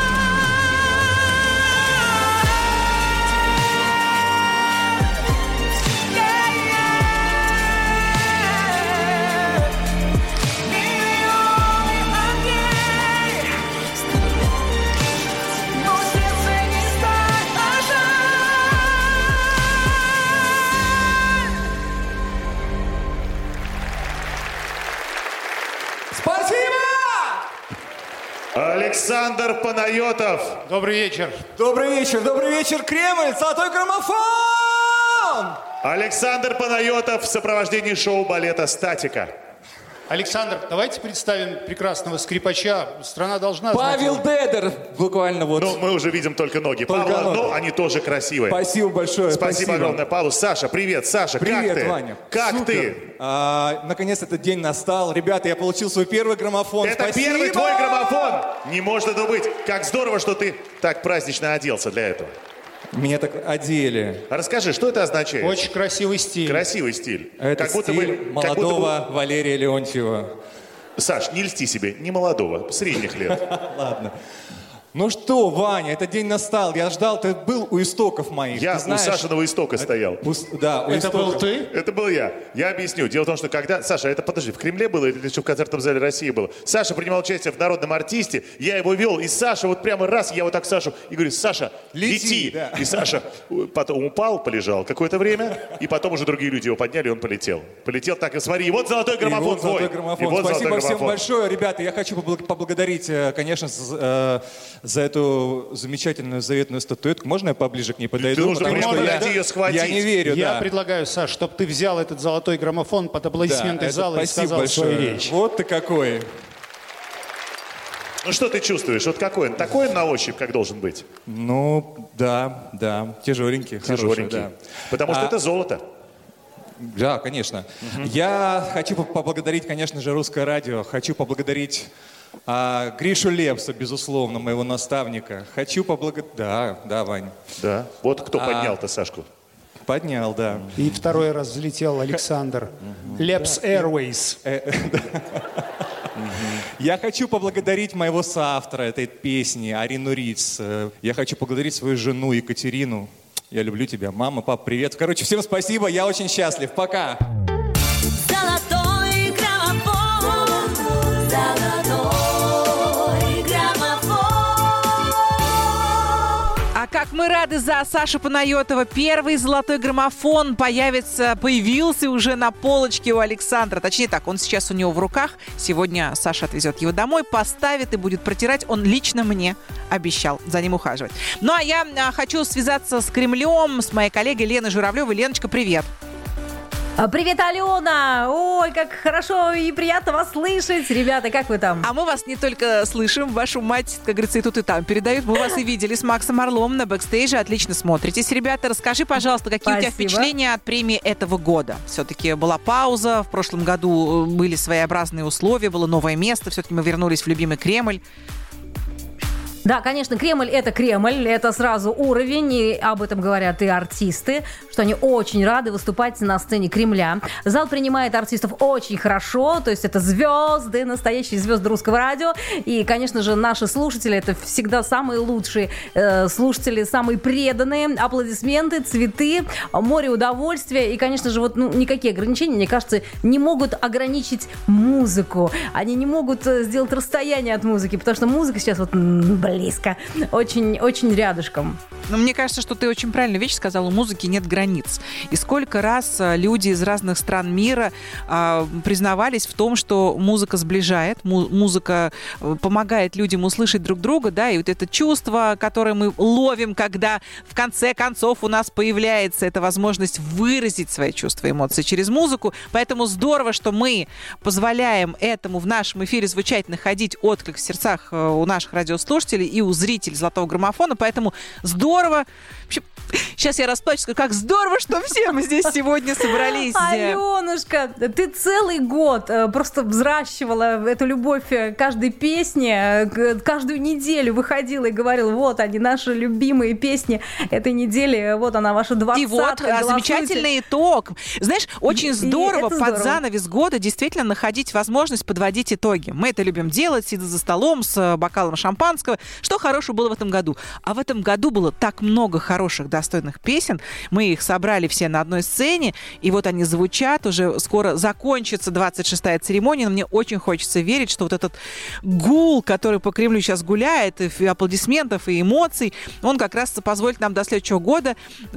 Александр Панайотов. Добрый вечер. Добрый вечер, добрый вечер, Кремль, золотой граммофон! Александр Панайотов в сопровождении шоу-балета «Статика». Александр, давайте представим прекрасного скрипача. Страна должна знать Павел его. Дедер, буквально вот. Ну, мы уже видим только ноги Только Павла, ноги. но они тоже красивые. Спасибо большое. Спасибо, спасибо. огромное, Павлу. Саша, привет. Саша, Привет, как ты? Ваня. Как Супер. ты? А, наконец этот день настал. Ребята, я получил свой первый граммофон. Это Спасибо! первый твой граммофон. Не может это быть. Как здорово, что ты так празднично оделся для этого. Меня так одели. Расскажи, что это означает? Очень красивый стиль. Красивый стиль. Это как будто стиль бы, как будто молодого Валерия Леонтьева. бы... Саш, не льсти себе, не молодого, средних лет. Ладно. Ну что, Ваня, этот день настал. Я ждал, ты был у истоков моих. Я ты знаешь, у Сашиного истока стоял. у- да, у Это был истоков. ты? Это был я. Я объясню. Дело в том, что когда... Саша, это, подожди, в Кремле было или что в концертном зале России было? Саша принимал участие в «Народном артисте», я его вел, и Саша вот прямо раз, я вот так Сашу, и говорю: Саша, Лети, лети. да. И Саша потом упал, полежал какое-то время, и потом уже другие люди его подняли, и он полетел. Полетел так, и смотри, и вот золотой И граммофон вот золотой твой. граммофон. И вот Спасибо золотой всем граммофон. большое. Ребята, я хочу побл- поблагодарить, э, конечно, за, э, за эту замечательную заветную статуэтку. Можно я поближе к ней подойду? нужно Потому что подойти я, ее схватить. я не верю, Я да. предлагаю, Саш, чтобы ты взял этот золотой граммофон под аплодисменты Да, это зала и спасибо сказал большое. свою речь. Вот ты какой. Ну что ты чувствуешь? Вот какой он? Такой он на ощупь, как должен быть? Ну, да, да. Тяжеленький. хороший, Тяжеленький. да. Потому что А- это золото. Да, конечно. Я хочу по- поблагодарить, конечно же, Русское радио. Хочу поблагодарить а, Гришу Лепса, безусловно, моего наставника. Хочу поблагодарить... Да, да, Вань. Да. Вот кто А- поднял-то Сашку. Поднял, да. И второй раз взлетел Александр. Лепс Airways. Я хочу поблагодарить моего соавтора этой песни, Арину Риц. Э, Я хочу поблагодарить свою жену Екатерину. Я люблю тебя. Мама, папа, привет. Короче, всем спасибо. Я очень счастлив. Пока. Золотой граммофон, золотой граммофон. А как мы рады за Сашу Панайотова. Первый золотой граммофон появится, появился уже на полочке у Александра. Точнее так, он сейчас у него в руках. Сегодня Саша отвезет его домой, поставит и будет протирать. Он лично мне обещал за ним ухаживать. Ну а я а, хочу связаться с Кремлем, с моей коллегой Леной Журавлевой. Леночка, привет. А, Привет, Алена! Ой, как хорошо и приятно вас слышать. Ребята, как вы там? А мы вас не только слышим, вашу мать, как говорится, и тут, и там передают. Мы вас и видели с Максом Орлом на бэкстейже. Отлично смотритесь. Ребята, расскажи, пожалуйста, какие у тебя Спасибо. впечатления от премии этого года? Все-таки была пауза. В прошлом году были своеобразные условия, было новое место. Все-таки мы вернулись в любимый Кремль. Да, конечно, Кремль — это Кремль, это сразу уровень, и об этом говорят и артисты, что они очень рады выступать на сцене Кремля. Зал принимает артистов очень хорошо, то есть это звезды, настоящие звезды русского радио, и, конечно же, наши слушатели — это всегда самые лучшие э, слушатели, самые преданные, аплодисменты, цветы, море удовольствия, и, конечно же, вот ну, никакие ограничения, мне кажется, не могут ограничить музыку, они не могут сделать расстояние от музыки, потому что музыка сейчас вот, близко, очень, очень рядышком. Но мне кажется, что ты очень правильную вещь сказала, у музыки нет границ. И сколько раз люди из разных стран мира а, признавались в том, что музыка сближает, му- музыка помогает людям услышать друг друга, да, и вот это чувство, которое мы ловим, когда в конце концов у нас появляется эта возможность выразить свои чувства и эмоции через музыку. Поэтому здорово, что мы позволяем этому в нашем эфире звучать, находить отклик в сердцах у наших радиослушателей и у зрителей «Золотого граммофона». Поэтому здорово. Вообще, сейчас я расплачусь, скажу, как здорово, что все мы здесь сегодня собрались. Аленушка, ты целый год просто взращивала эту любовь к каждой песне, каждую неделю выходила и говорила, вот они, наши любимые песни этой недели, вот она, ваша двадцатка. И вот замечательный итог. Знаешь, очень здорово под здорово. занавес года действительно находить возможность подводить итоги. Мы это любим делать, сидя за столом с бокалом шампанского. Что хорошего было в этом году? А в этом году было так много хороших, достойных песен. Мы их собрали все на одной сцене, и вот они звучат. Уже скоро закончится двадцать шестая церемония, но мне очень хочется верить, что вот этот гул, который по Кремлю сейчас гуляет, и аплодисментов, и эмоций, он как раз позволит нам до следующего года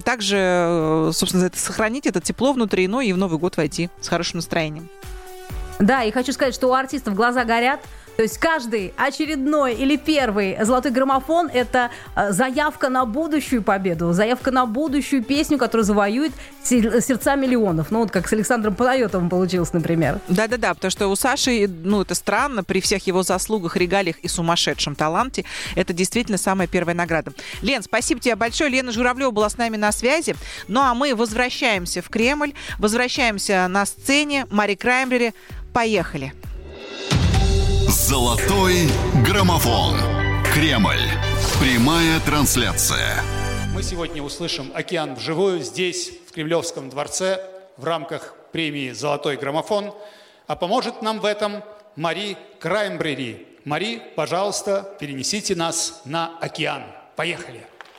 также, собственно, сохранить это тепло внутри, ну и в Новый год войти с хорошим настроением. Да, и хочу сказать, что у артистов глаза горят. То есть каждый очередной или первый золотой граммофон – это заявка на будущую победу, заявка на будущую песню, которая завоюет сердца миллионов. Ну вот как с Александром Панайотовым получилось, например. Да-да-да, потому что у Саши, ну это странно, при всех его заслугах, регалиях и сумасшедшем таланте, это действительно самая первая награда. Лен, спасибо тебе большое. Лена Журавлева была с нами на связи. Ну а мы возвращаемся в Кремль, возвращаемся на сцене. Мари Краймбрери. Поехали. Золотой граммофон. Кремль. Прямая трансляция. Мы сегодня услышим «Океан вживую» здесь, в Кремлевском дворце, в рамках премии «Золотой граммофон». А поможет нам в этом Мари Краймбрери. Мари, пожалуйста, перенесите нас на океан. Поехали.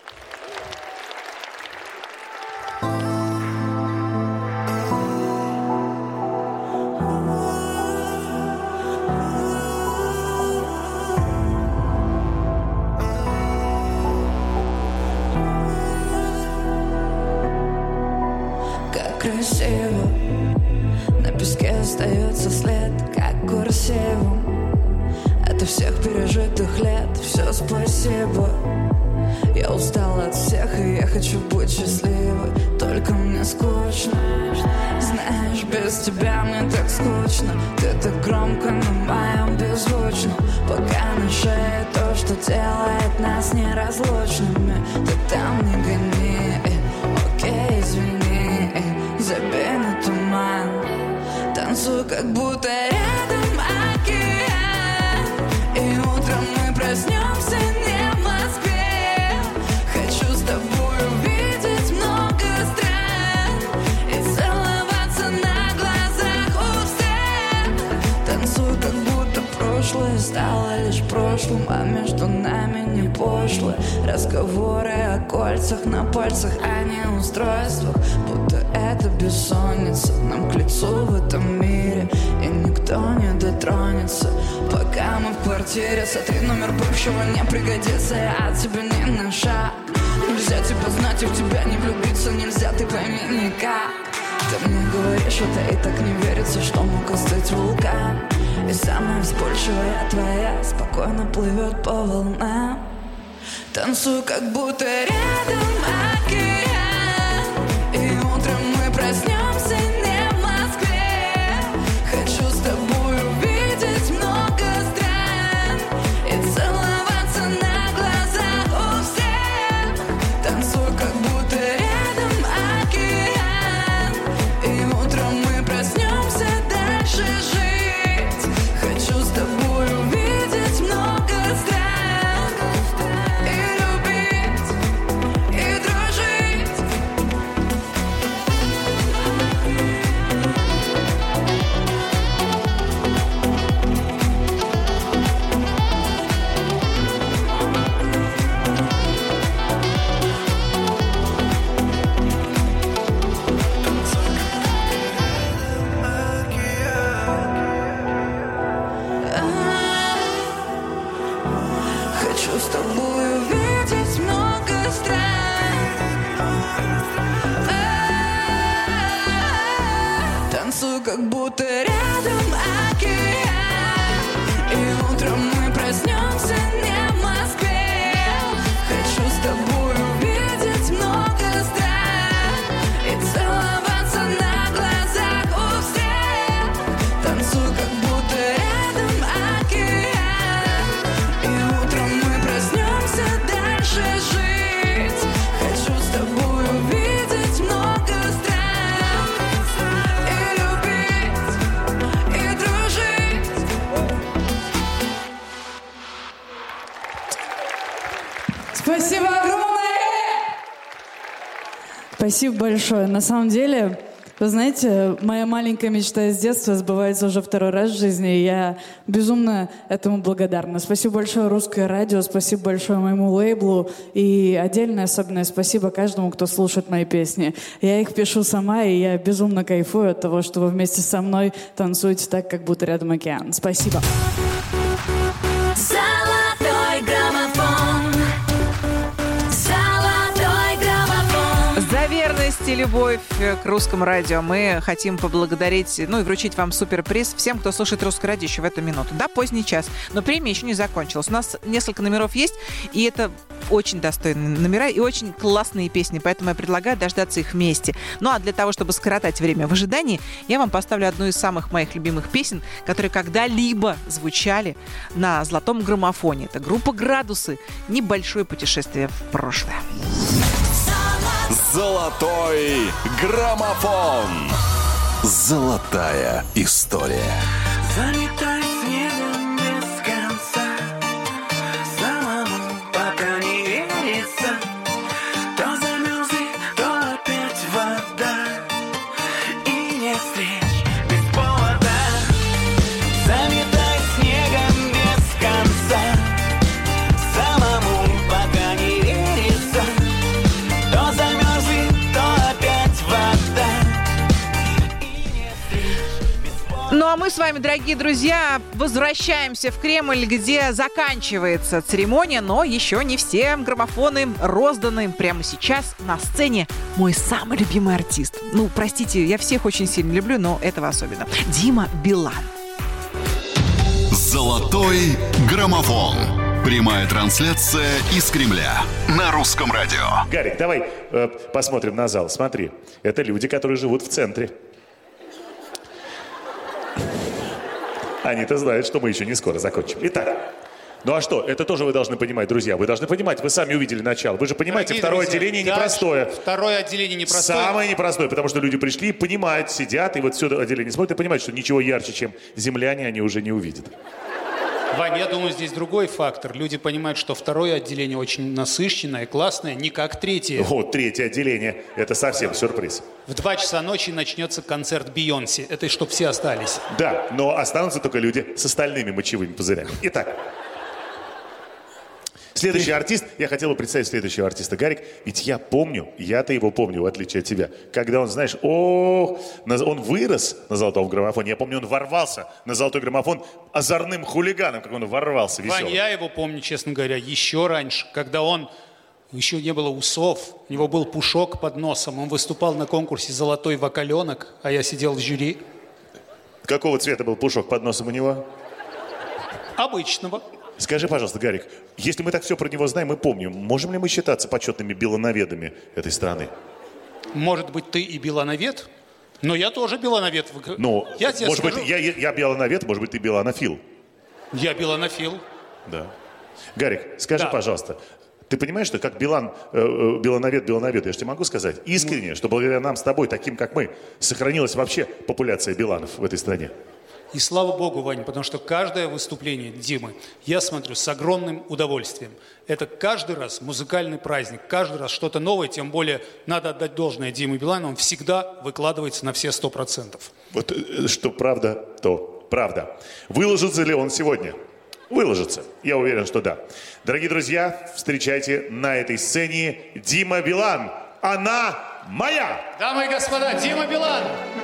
Красиво, на песке остается след, как курсивом. Это всех пережитых лет, все спасибо. Я устала от всех, и я хочу быть счастливой. Только мне скучно. Знаешь, без тебя мне так скучно. Ты так громко на моем беззвучном. Пока на шее то, что делает нас неразлучными. Ты там не гони, окей, извини. Забей на туман, танцуй, как будто рядом океан. И утром мы проснемся не в Москве. Хочу с тобой увидеть много стран и целоваться на глазах у всех. Танцуй, как будто прошлое стало лишь прошлым, а между нами не пошло. Разговоры о кольцах на пальцах, а не устройствах. Будто это бессонница нам к лицу в этом мире, и никто не дотронется, пока мы в квартире. Сотри номер бывшего, не пригодится, я от тебя не на шаг. Нельзя тебя знать и в тебя не влюбиться, нельзя, ты пойми никак. Ты мне говоришь, это и так не верится, что мог остыть вулкан. И самая вспыльчивая твоя спокойно плывет по волнам. Танцуй, как будто рядом океан. И утром мы проснемся не в Москве. Хочу с тобой увидеть много стран и целоваться на глазах у всех. Танцуй, как будто рядом океан. И утром мы проснемся дальше жить. Хочу с тобой увидеть много стран. Спасибо большое. На самом деле, вы знаете, моя маленькая мечта из детства сбывается уже второй раз в жизни, и я безумно этому благодарна. Спасибо большое Русское радио, спасибо большое моему лейблу, и отдельное особенное спасибо каждому, кто слушает мои песни. Я их пишу сама, и я безумно кайфую от того, что вы вместе со мной танцуете так, как будто рядом океан. Спасибо. Золотой граммофон. Золотой граммофон. За верность и любовь к Русскому радио мы хотим поблагодарить, ну и вручить вам суперприз всем, кто слушает Русское радио еще в эту минуту. Да, поздний час, но премия еще не закончилась. У нас несколько номеров есть, и это очень достойные номера и очень классные песни, поэтому я предлагаю дождаться их вместе. Ну а для того, чтобы скоротать время в ожидании, я вам поставлю одну из самых моих любимых песен, которые когда-либо звучали на золотом граммофоне. Это группа «Градусы». Небольшое путешествие в прошлое. Золотой граммофон. Золотая история. Заметай снегом без конца, самому пока не верится. То замерзли, то опять вода, и не встреч без повода. Заметай снегом без конца, самому пока не верится. То замерзли, то опять вода. Ну а мы с вами, дорогие друзья, возвращаемся в Кремль, где заканчивается церемония, но еще не все граммофоны розданы. Прямо сейчас на сцене мой самый любимый артист. Ну, простите, я всех очень сильно люблю, но этого особенно. Дима Билан. Золотой граммофон. Прямая трансляция из Кремля на Русском радио. Гарик, давай э, посмотрим на зал. Смотри, это люди, которые живут в центре. Они-то знают, что мы еще не скоро закончим. Итак, ну а что? Это тоже вы должны понимать, друзья. Вы должны понимать, вы сами увидели начало. Вы же понимаете, Дорогие второе друзья, отделение да, непростое. Второе отделение непростое. Самое непростое, потому что люди пришли, понимают, сидят, и вот все отделение смотрят и понимают, что ничего ярче, чем земляне, они уже не увидят. Вань, я думаю, здесь другой фактор. Люди понимают, что второе отделение очень насыщенное, классное, не как третье. Вот, третье отделение. Это совсем сюрприз. В два часа ночи начнется концерт Бейонсе. Это чтобы все остались. Да, но останутся только люди с остальными мочевыми пузырями. Итак, следующий артист. Я хотел бы представить следующего артиста. Гарик, ведь я помню, я-то его помню, в отличие от тебя. Когда он, знаешь, о, он вырос на золотом граммофоне. Я помню, он ворвался на золотой граммофон озорным хулиганом, как он ворвался веселым. Вань, я его помню, честно говоря, еще раньше, когда он... Еще не было усов, у него был пушок под носом. Он выступал на конкурсе «Золотой вокаленок», а я сидел в жюри. Какого цвета был пушок под носом у него? Обычного. Скажи, пожалуйста, Гарик, если мы так все про него знаем и помним, можем ли мы считаться почетными белоноведами этой страны? Может быть, ты и белоновед, но я тоже белоновед. Ну, я тебе может скажу... быть, я, я белоновед, может быть, ты белонофил. Я белонофил. Да. Гарик, скажи, Да. пожалуйста, ты понимаешь, что как Билан, э, э, белоновед, белоновед, я же тебе могу сказать, искренне, что благодаря нам с тобой, таким как мы, сохранилась вообще популяция Биланов в этой стране? И слава богу, Вань, потому что каждое выступление Димы я смотрю с огромным удовольствием. Это каждый раз музыкальный праздник, каждый раз что-то новое, тем более надо отдать должное Диме Билану, он всегда выкладывается на все сто процентов. Вот э, что правда, то правда. Выложится ли он сегодня? Выложится. Я уверен, что да. Дорогие друзья, встречайте на этой сцене Дима Билан. Она моя! Дамы и господа, Дима Билан!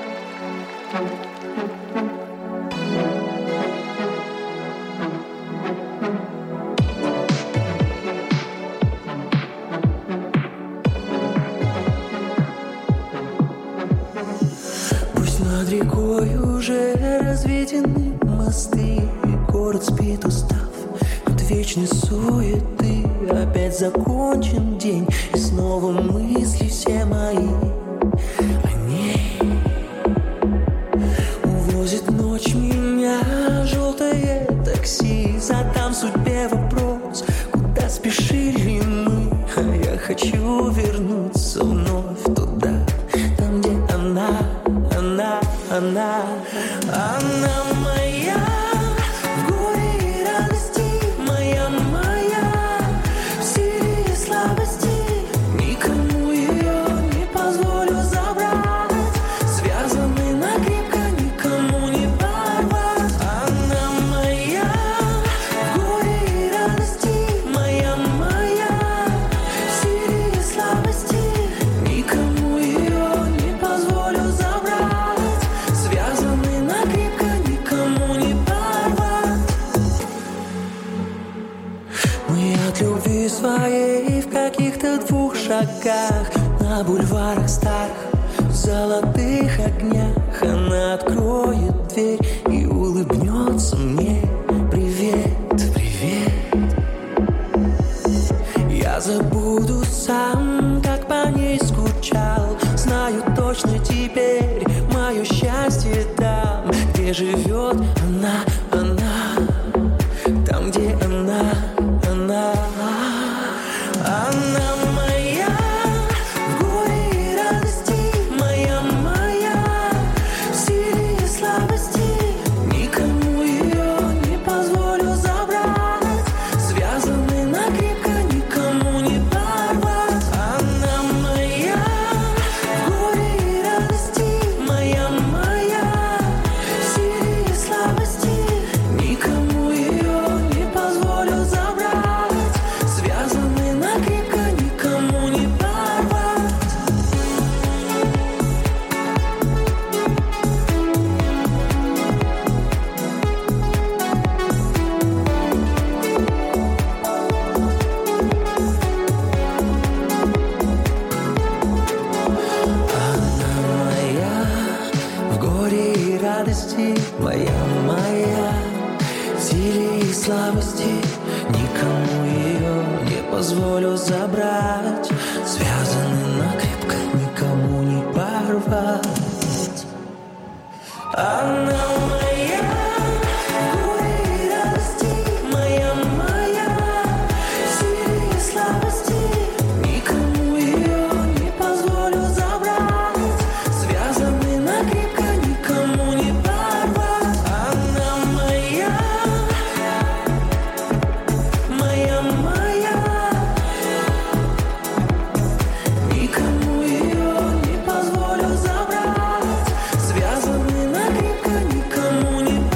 Пусть над рекой уже разведены мосты, и город спит устав от вечной суеты. Опять закончен день, и снова мысли все мои о ней. Увозит ночь меня желтое такси. Задам судьбе вопрос, куда спешили мы. А я хочу вернуться вновь туда, там, где она, она, она, она моя. В горе и радости моя, моя, в силе и слабости каких-то двух шагах на бульварах старых, в золотых огнях она откроет дверь и улыбнется мне. Привет, привет. Я забуду сам, как по ней скучал. Знаю точно теперь, мое счастье там, где живет она, она, там, где она, она. Она моя, в горе и радости, моя, моя, в силе и слабости. Никому ее не позволю забрать, связаны накрепко, никому не порвать. Она моя, в горе и радости, моя, моя, в силе и слабости. Никому ее не позволю забрать, связаны накрепко, никому не порвать. Она моя, в горе и радости, моя, моя, в силе и слабости. Никому ее не позволю забрать, связаны накрепко, никому не порвать. Она моя, в горе и радости, моя, моя, в силе и слабости. Никому ее не позволю забрать, связаны накрепко, никому не порвать. Она моя, моя, моя, никому ее не позволю забрать, связаны накрепко, никому не порвать.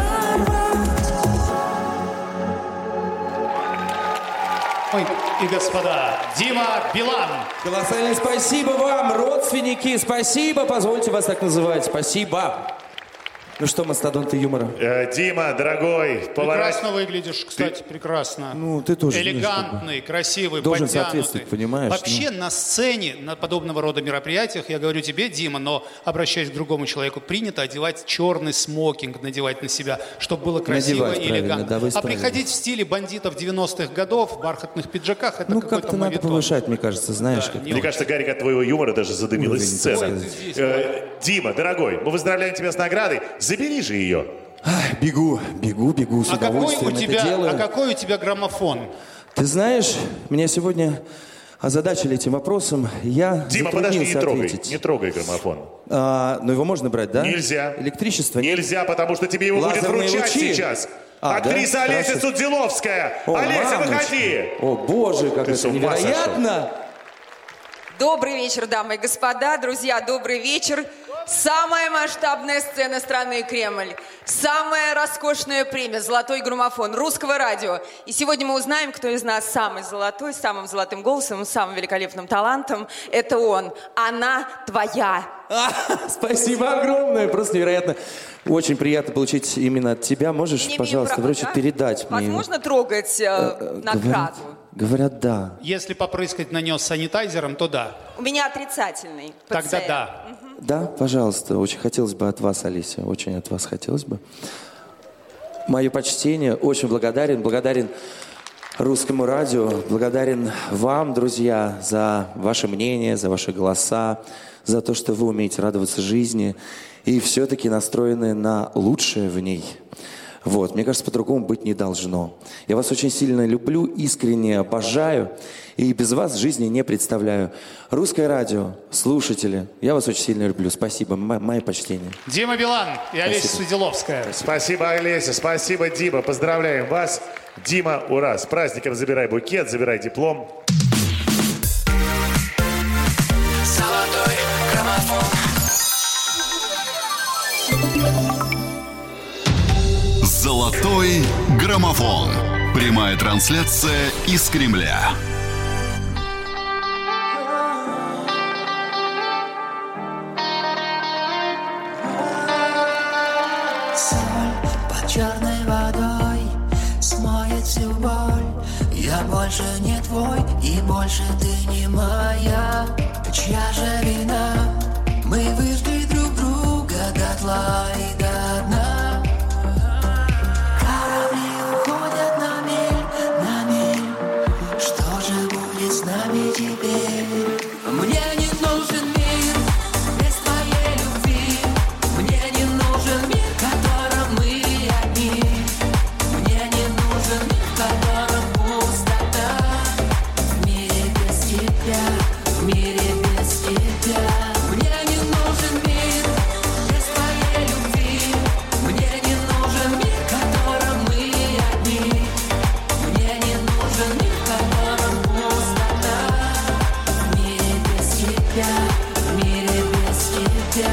Ой, и господа, Дима Билан. Колоссальное спасибо вам, родственники, спасибо, позвольте вас так называть, спасибо. Ну что, мастодонты юмора? Э, Дима, дорогой, поворачивай. Прекрасно выглядишь, кстати, прекрасно. Ну, ты тоже элегантный, красивый, должен подтянутый. соответствовать, понимаешь? Вообще ну. на сцене, на подобного рода мероприятиях, я говорю тебе, Дима, но обращаясь к другому человеку, принято одевать черный смокинг, надевать на себя, чтобы было красиво Надевать, и элегантно. да, вы а справились. приходить в стиле бандитов девяностых годов в бархатных пиджаках, это Ну, какой-то как-то надо моветон. повышать, мне кажется, знаешь. Да, как Мне кажется, Гарик, от твоего юмора даже задымилась Уровень, сцена. так сказать. Здесь, Э, Дима, дорогой, мы поздравляем тебя с наградой. Забери же ее. Ах, бегу, бегу, бегу, с А какой, удовольствием у это тебя, делаю. а какой у тебя граммофон? Ты знаешь, меня сегодня озадачили этим вопросом. Я Дима, подожди, не затруднился трогай, ответить. не трогай граммофон. А, но его можно брать, да? Нельзя. Электричество? Нельзя, потому что тебе его будет Лазерные вручать лучи? сейчас. А, Актриса да? Олеся Хорошо. Судзиловская. О, Олеся, мамочка. выходи. О, боже, как Ты это с ума невероятно! Добрый вечер, дамы и господа, друзья, добрый вечер. Самая масштабная сцена страны Кремль. Самая роскошная премия «Золотой граммофон» русского радио. И сегодня мы узнаем, кто из нас самый золотой, с самым золотым голосом, самым великолепным талантом. Это он. Она твоя. А, спасибо огромное, просто невероятно. Очень приятно получить именно от тебя. Можешь, Не имею пожалуйста, права, вручить, да? передать мне? Возможно трогать э, награду? Говорят, да. Если попрыскать на нее санитайзером, то да. У меня отрицательный Тогда пациент. да. Да, пожалуйста. Очень хотелось бы от вас, Олеся. Очень от вас хотелось бы. Мое почтение. Очень благодарен. Благодарен Русскому радио. Благодарен вам, друзья, за ваше мнение, за ваши голоса, за то, что вы умеете радоваться жизни и все-таки настроены на лучшее в ней. Вот, мне кажется, по-другому быть не должно. Я вас очень сильно люблю, искренне обожаю, и без вас жизни не представляю. Русское радио, слушатели, я вас очень сильно люблю. Спасибо, м- мое почтение. Дима Билан и Олеся Спасибо. Судиловская. Спасибо, Олеся. Спасибо, Дима. Поздравляем вас. Дима, ура. С праздником забирай букет, забирай диплом. Золотой граммофон. Золотой граммофон. Прямая трансляция из Кремля. Соль под черной водой смоет всю боль. Я больше не твой, и больше ты не моя. Чья же вина? Мы выжгли друг друга дотла и до дна. Корабли уходят на миль, на миль. Что же будет с нами теперь? Мне не нужен мир без твоей любви. Мне не нужен мир, в котором мы одни. Мне не нужен мир, в котором пустота. В мире без тебя, в мире без тебя. Мне не нужен мир без твоей любви. Мне не нужен мир, в котором мы одни. Мне не нужен мир, в котором пустота. В мире без тебя, в мире без тебя.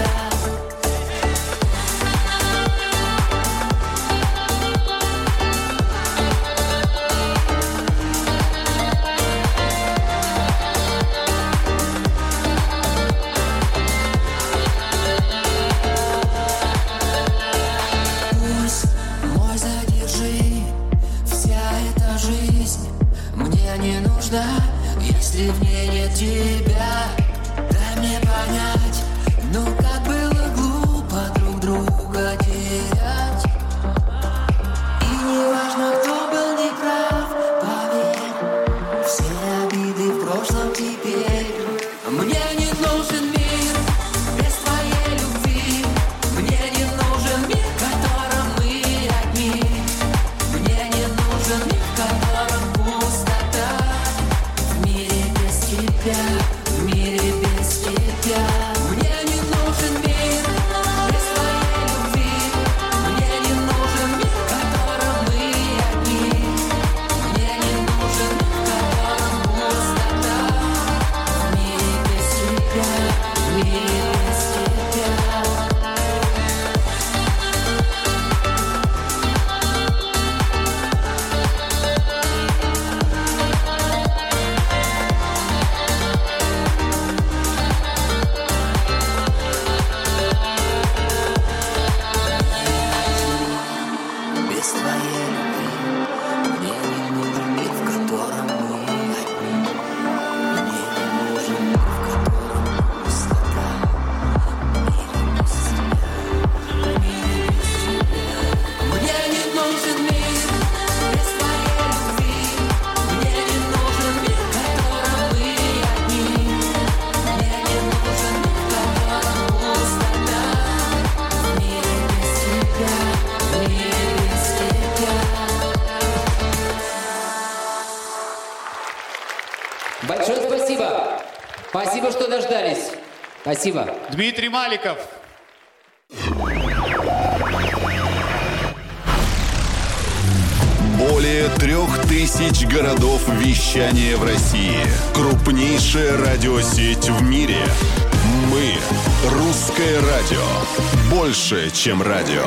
Пульс мой задержи, вся эта жизнь мне не нужна, если в ней нет тебя. Дай мне понять, ну как было глупо друг друга терять. И не важно, кто был неправ, поверь, все обиды в прошлом теперь. Мне не нужен мир без твоей любви. Мне не нужен мир, в котором мы одни. Мне не нужен мир, в котором пустота. В мире без тебя, в мире без тебя. Мне не нужен мир без твоей любви. Мне не нужен мир, в котором мы одни. Мне не нужен мир, в котором пустота. В мире без тебя, в мире без тебя. Без твоей любви мне не нужен мир, в котором мы одни. Мне не нужен мир, в котором пустота. Мир без тебя, мир без тебя. Мне не нужен мир без твоей любви. Мне не нужен мир, в котором мы одни. Мне не нужен мир, в котором пустота. Мир без тебя, мир без тебя. Большое спасибо. Спасибо, что дождались. Спасибо. Дмитрий Маликов. Более трех тысяч городов вещания в России. Крупнейшая радиосеть в мире. Мы – Русское радио. Больше, чем радио.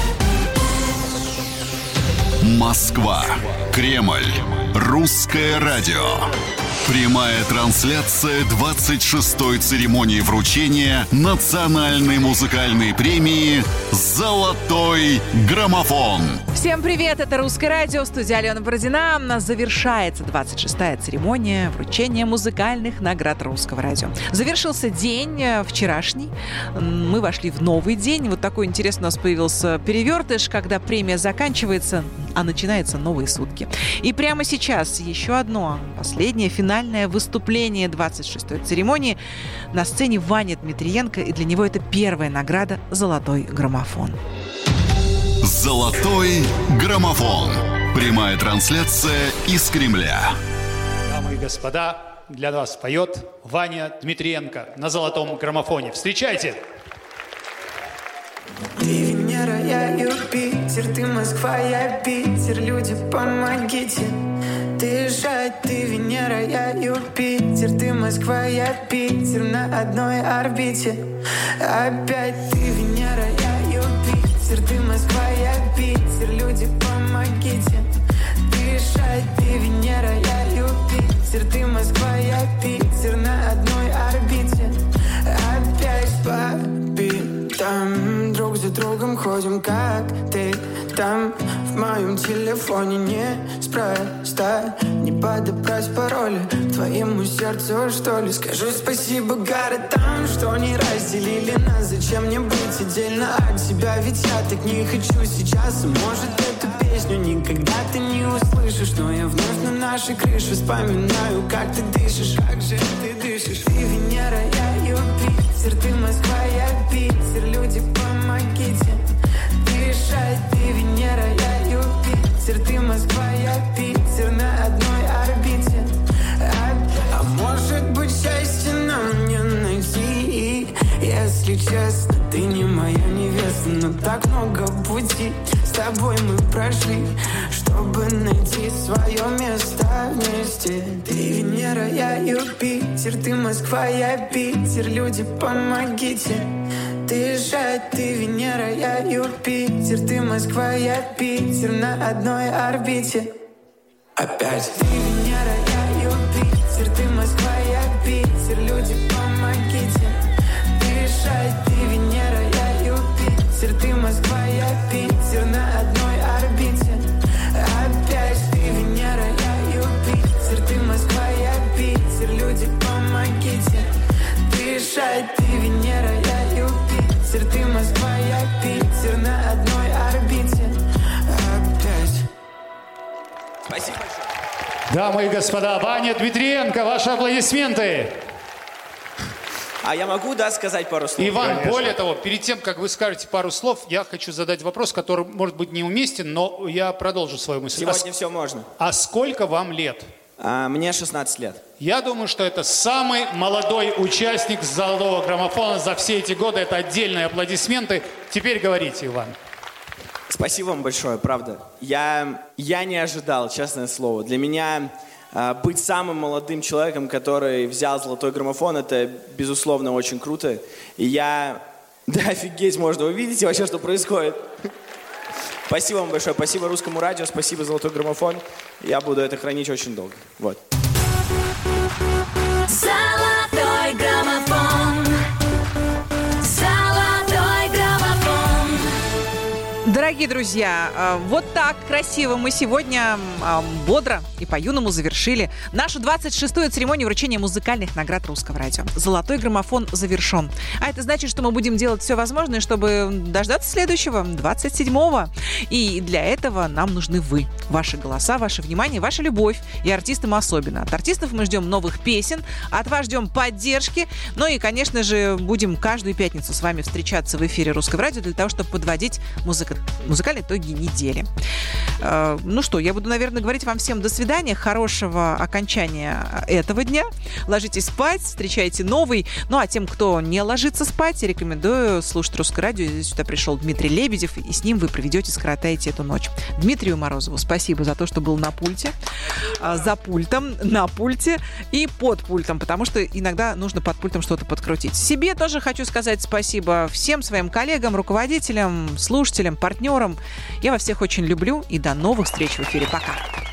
Москва. Кремль. Русское радио. Прямая трансляция двадцать шестой церемонии вручения национальной музыкальной премии «Золотой граммофон». Всем привет, это Русское радио, студия Алена Бородина. Завершается двадцать шестая церемония вручения музыкальных наград Русского радио. Завершился день вчерашний, мы вошли в новый день. Вот такой интересный у нас появился перевертыш, когда премия заканчивается, а начинаются новые сутки. И прямо сейчас еще одно, последнее, финальное выступление двадцать шестой церемонии. На сцене Ваня Дмитриенко, и для него это первая награда «Золотой граммофон». «Золотой граммофон». Прямая трансляция из Кремля. Дамы и господа, для вас поет Ваня Дмитриенко на «Золотом граммофоне». Встречайте! Ты Венера, я Юпитер, ты Москва, я Питер, люди, помогите дышать. Ты Венера, я Юпитер, ты Москва, я Питер, на одной орбите. Опять ты Венера, я Юпитер, ты Москва, я Питер, люди, помогите дышать. Ты Венера, я Юпитер, ты Москва, я Питер, на одной орбите. Опять по там друг за другом ходим, как ты там в в моем телефоне неспроста. Не подобрать пароли к твоему сердцу, что ли. Скажу спасибо городам, что не разделили нас. Зачем мне быть отдельно от тебя? Ведь я так не хочу сейчас. Может, эту песню никогда ты не услышишь, но я вновь на нашей крыше вспоминаю, как ты дышишь. Как же ты дышишь? Ты Венера, я Юпитер. Ты Москва, я Питер. Люди, помогите дышать. Ты Венера, я Юпитер. Ты Москва, я Питер. На одной орбите. А, а может быть, счастье нам не найти? Если честно, ты не моя невеста, но так много пути с тобой мы прошли, чтобы найти свое место вместе. Ты Венера, я Юпитер. Ты Москва, я Питер. Люди, помогите дышать. Ты Венера, я Юпитер. Ты Москва, я Питер. На одной орбите. Опять. Ты Венера, я Юпитер. Ты Москва, я Питер. Люди, помогите дышать. Ты Венера, я Юпитер. Ты Москва, я Питер. На одной орбите. Опять. Ты Венера, я Юпитер. Ты Москва, я Питер. Люди, помогите дышать. Ты Венера, я Юпитер. Ты Москва, я Питер. На одной орбите. Опять. Спасибо большое. Дамы и господа, Ваня Дмитриенко, ваши аплодисменты. А я могу, да, сказать пару слов? Иван, конечно. Более того, перед тем, как вы скажете пару слов, я хочу задать вопрос, который, может быть, неуместен, но я продолжу свою мысль. Сегодня а, все можно. А сколько вам лет? А, мне шестнадцать лет. Я думаю, что это самый молодой участник «Золотого граммофона» за все эти годы. Это отдельные аплодисменты. Теперь говорите, Иван. Спасибо вам большое, правда. Я, я не ожидал, честное слово. Для меня э, быть самым молодым человеком, который взял «Золотой граммофон», это, безусловно, очень круто. И я... Да, офигеть, можно увидеть вообще, что происходит. Спасибо вам большое. Спасибо Русскому радио, спасибо «Золотой граммофон». Я буду это хранить очень долго. Вот. Золотой граммофон. Золотой граммофон. Дорогие друзья, вот так красиво мы сегодня бодро и по-юному завершили нашу двадцать шестую церемонию вручения музыкальных наград Русского радио. «Золотой граммофон» завершен. А это значит, что мы будем делать все возможное, чтобы дождаться следующего, двадцать седьмого. И для этого нам нужны вы. Ваши голоса, ваше внимание, ваша любовь. И артистам особенно. От артистов мы ждем новых песен, от вас ждем поддержки. Ну и, конечно же, будем каждую пятницу с вами встречаться в эфире Русского радио для того, чтобы подводить музыка... музыкальные итоги недели. Э, ну что, я буду, наверное, говорить вам всем до свидания, хорошего окончания этого дня. Ложитесь спать, встречайте новый. Ну а тем, кто не ложится спать, рекомендую слушать Русское радио. Здесь сюда пришел Дмитрий Лебедев, и с ним вы проведете, скоротаете эту ночь. Дмитрию Морозову спасибо за то, что был на пульте, за пультом, на пульте и под пультом, потому что иногда нужно под пультом что-то подкрутить. Себе тоже хочу сказать спасибо всем своим коллегам, руководителям, слушателям, партнерам. Я вас всех очень люблю и до новых встреч в эфире. Пока.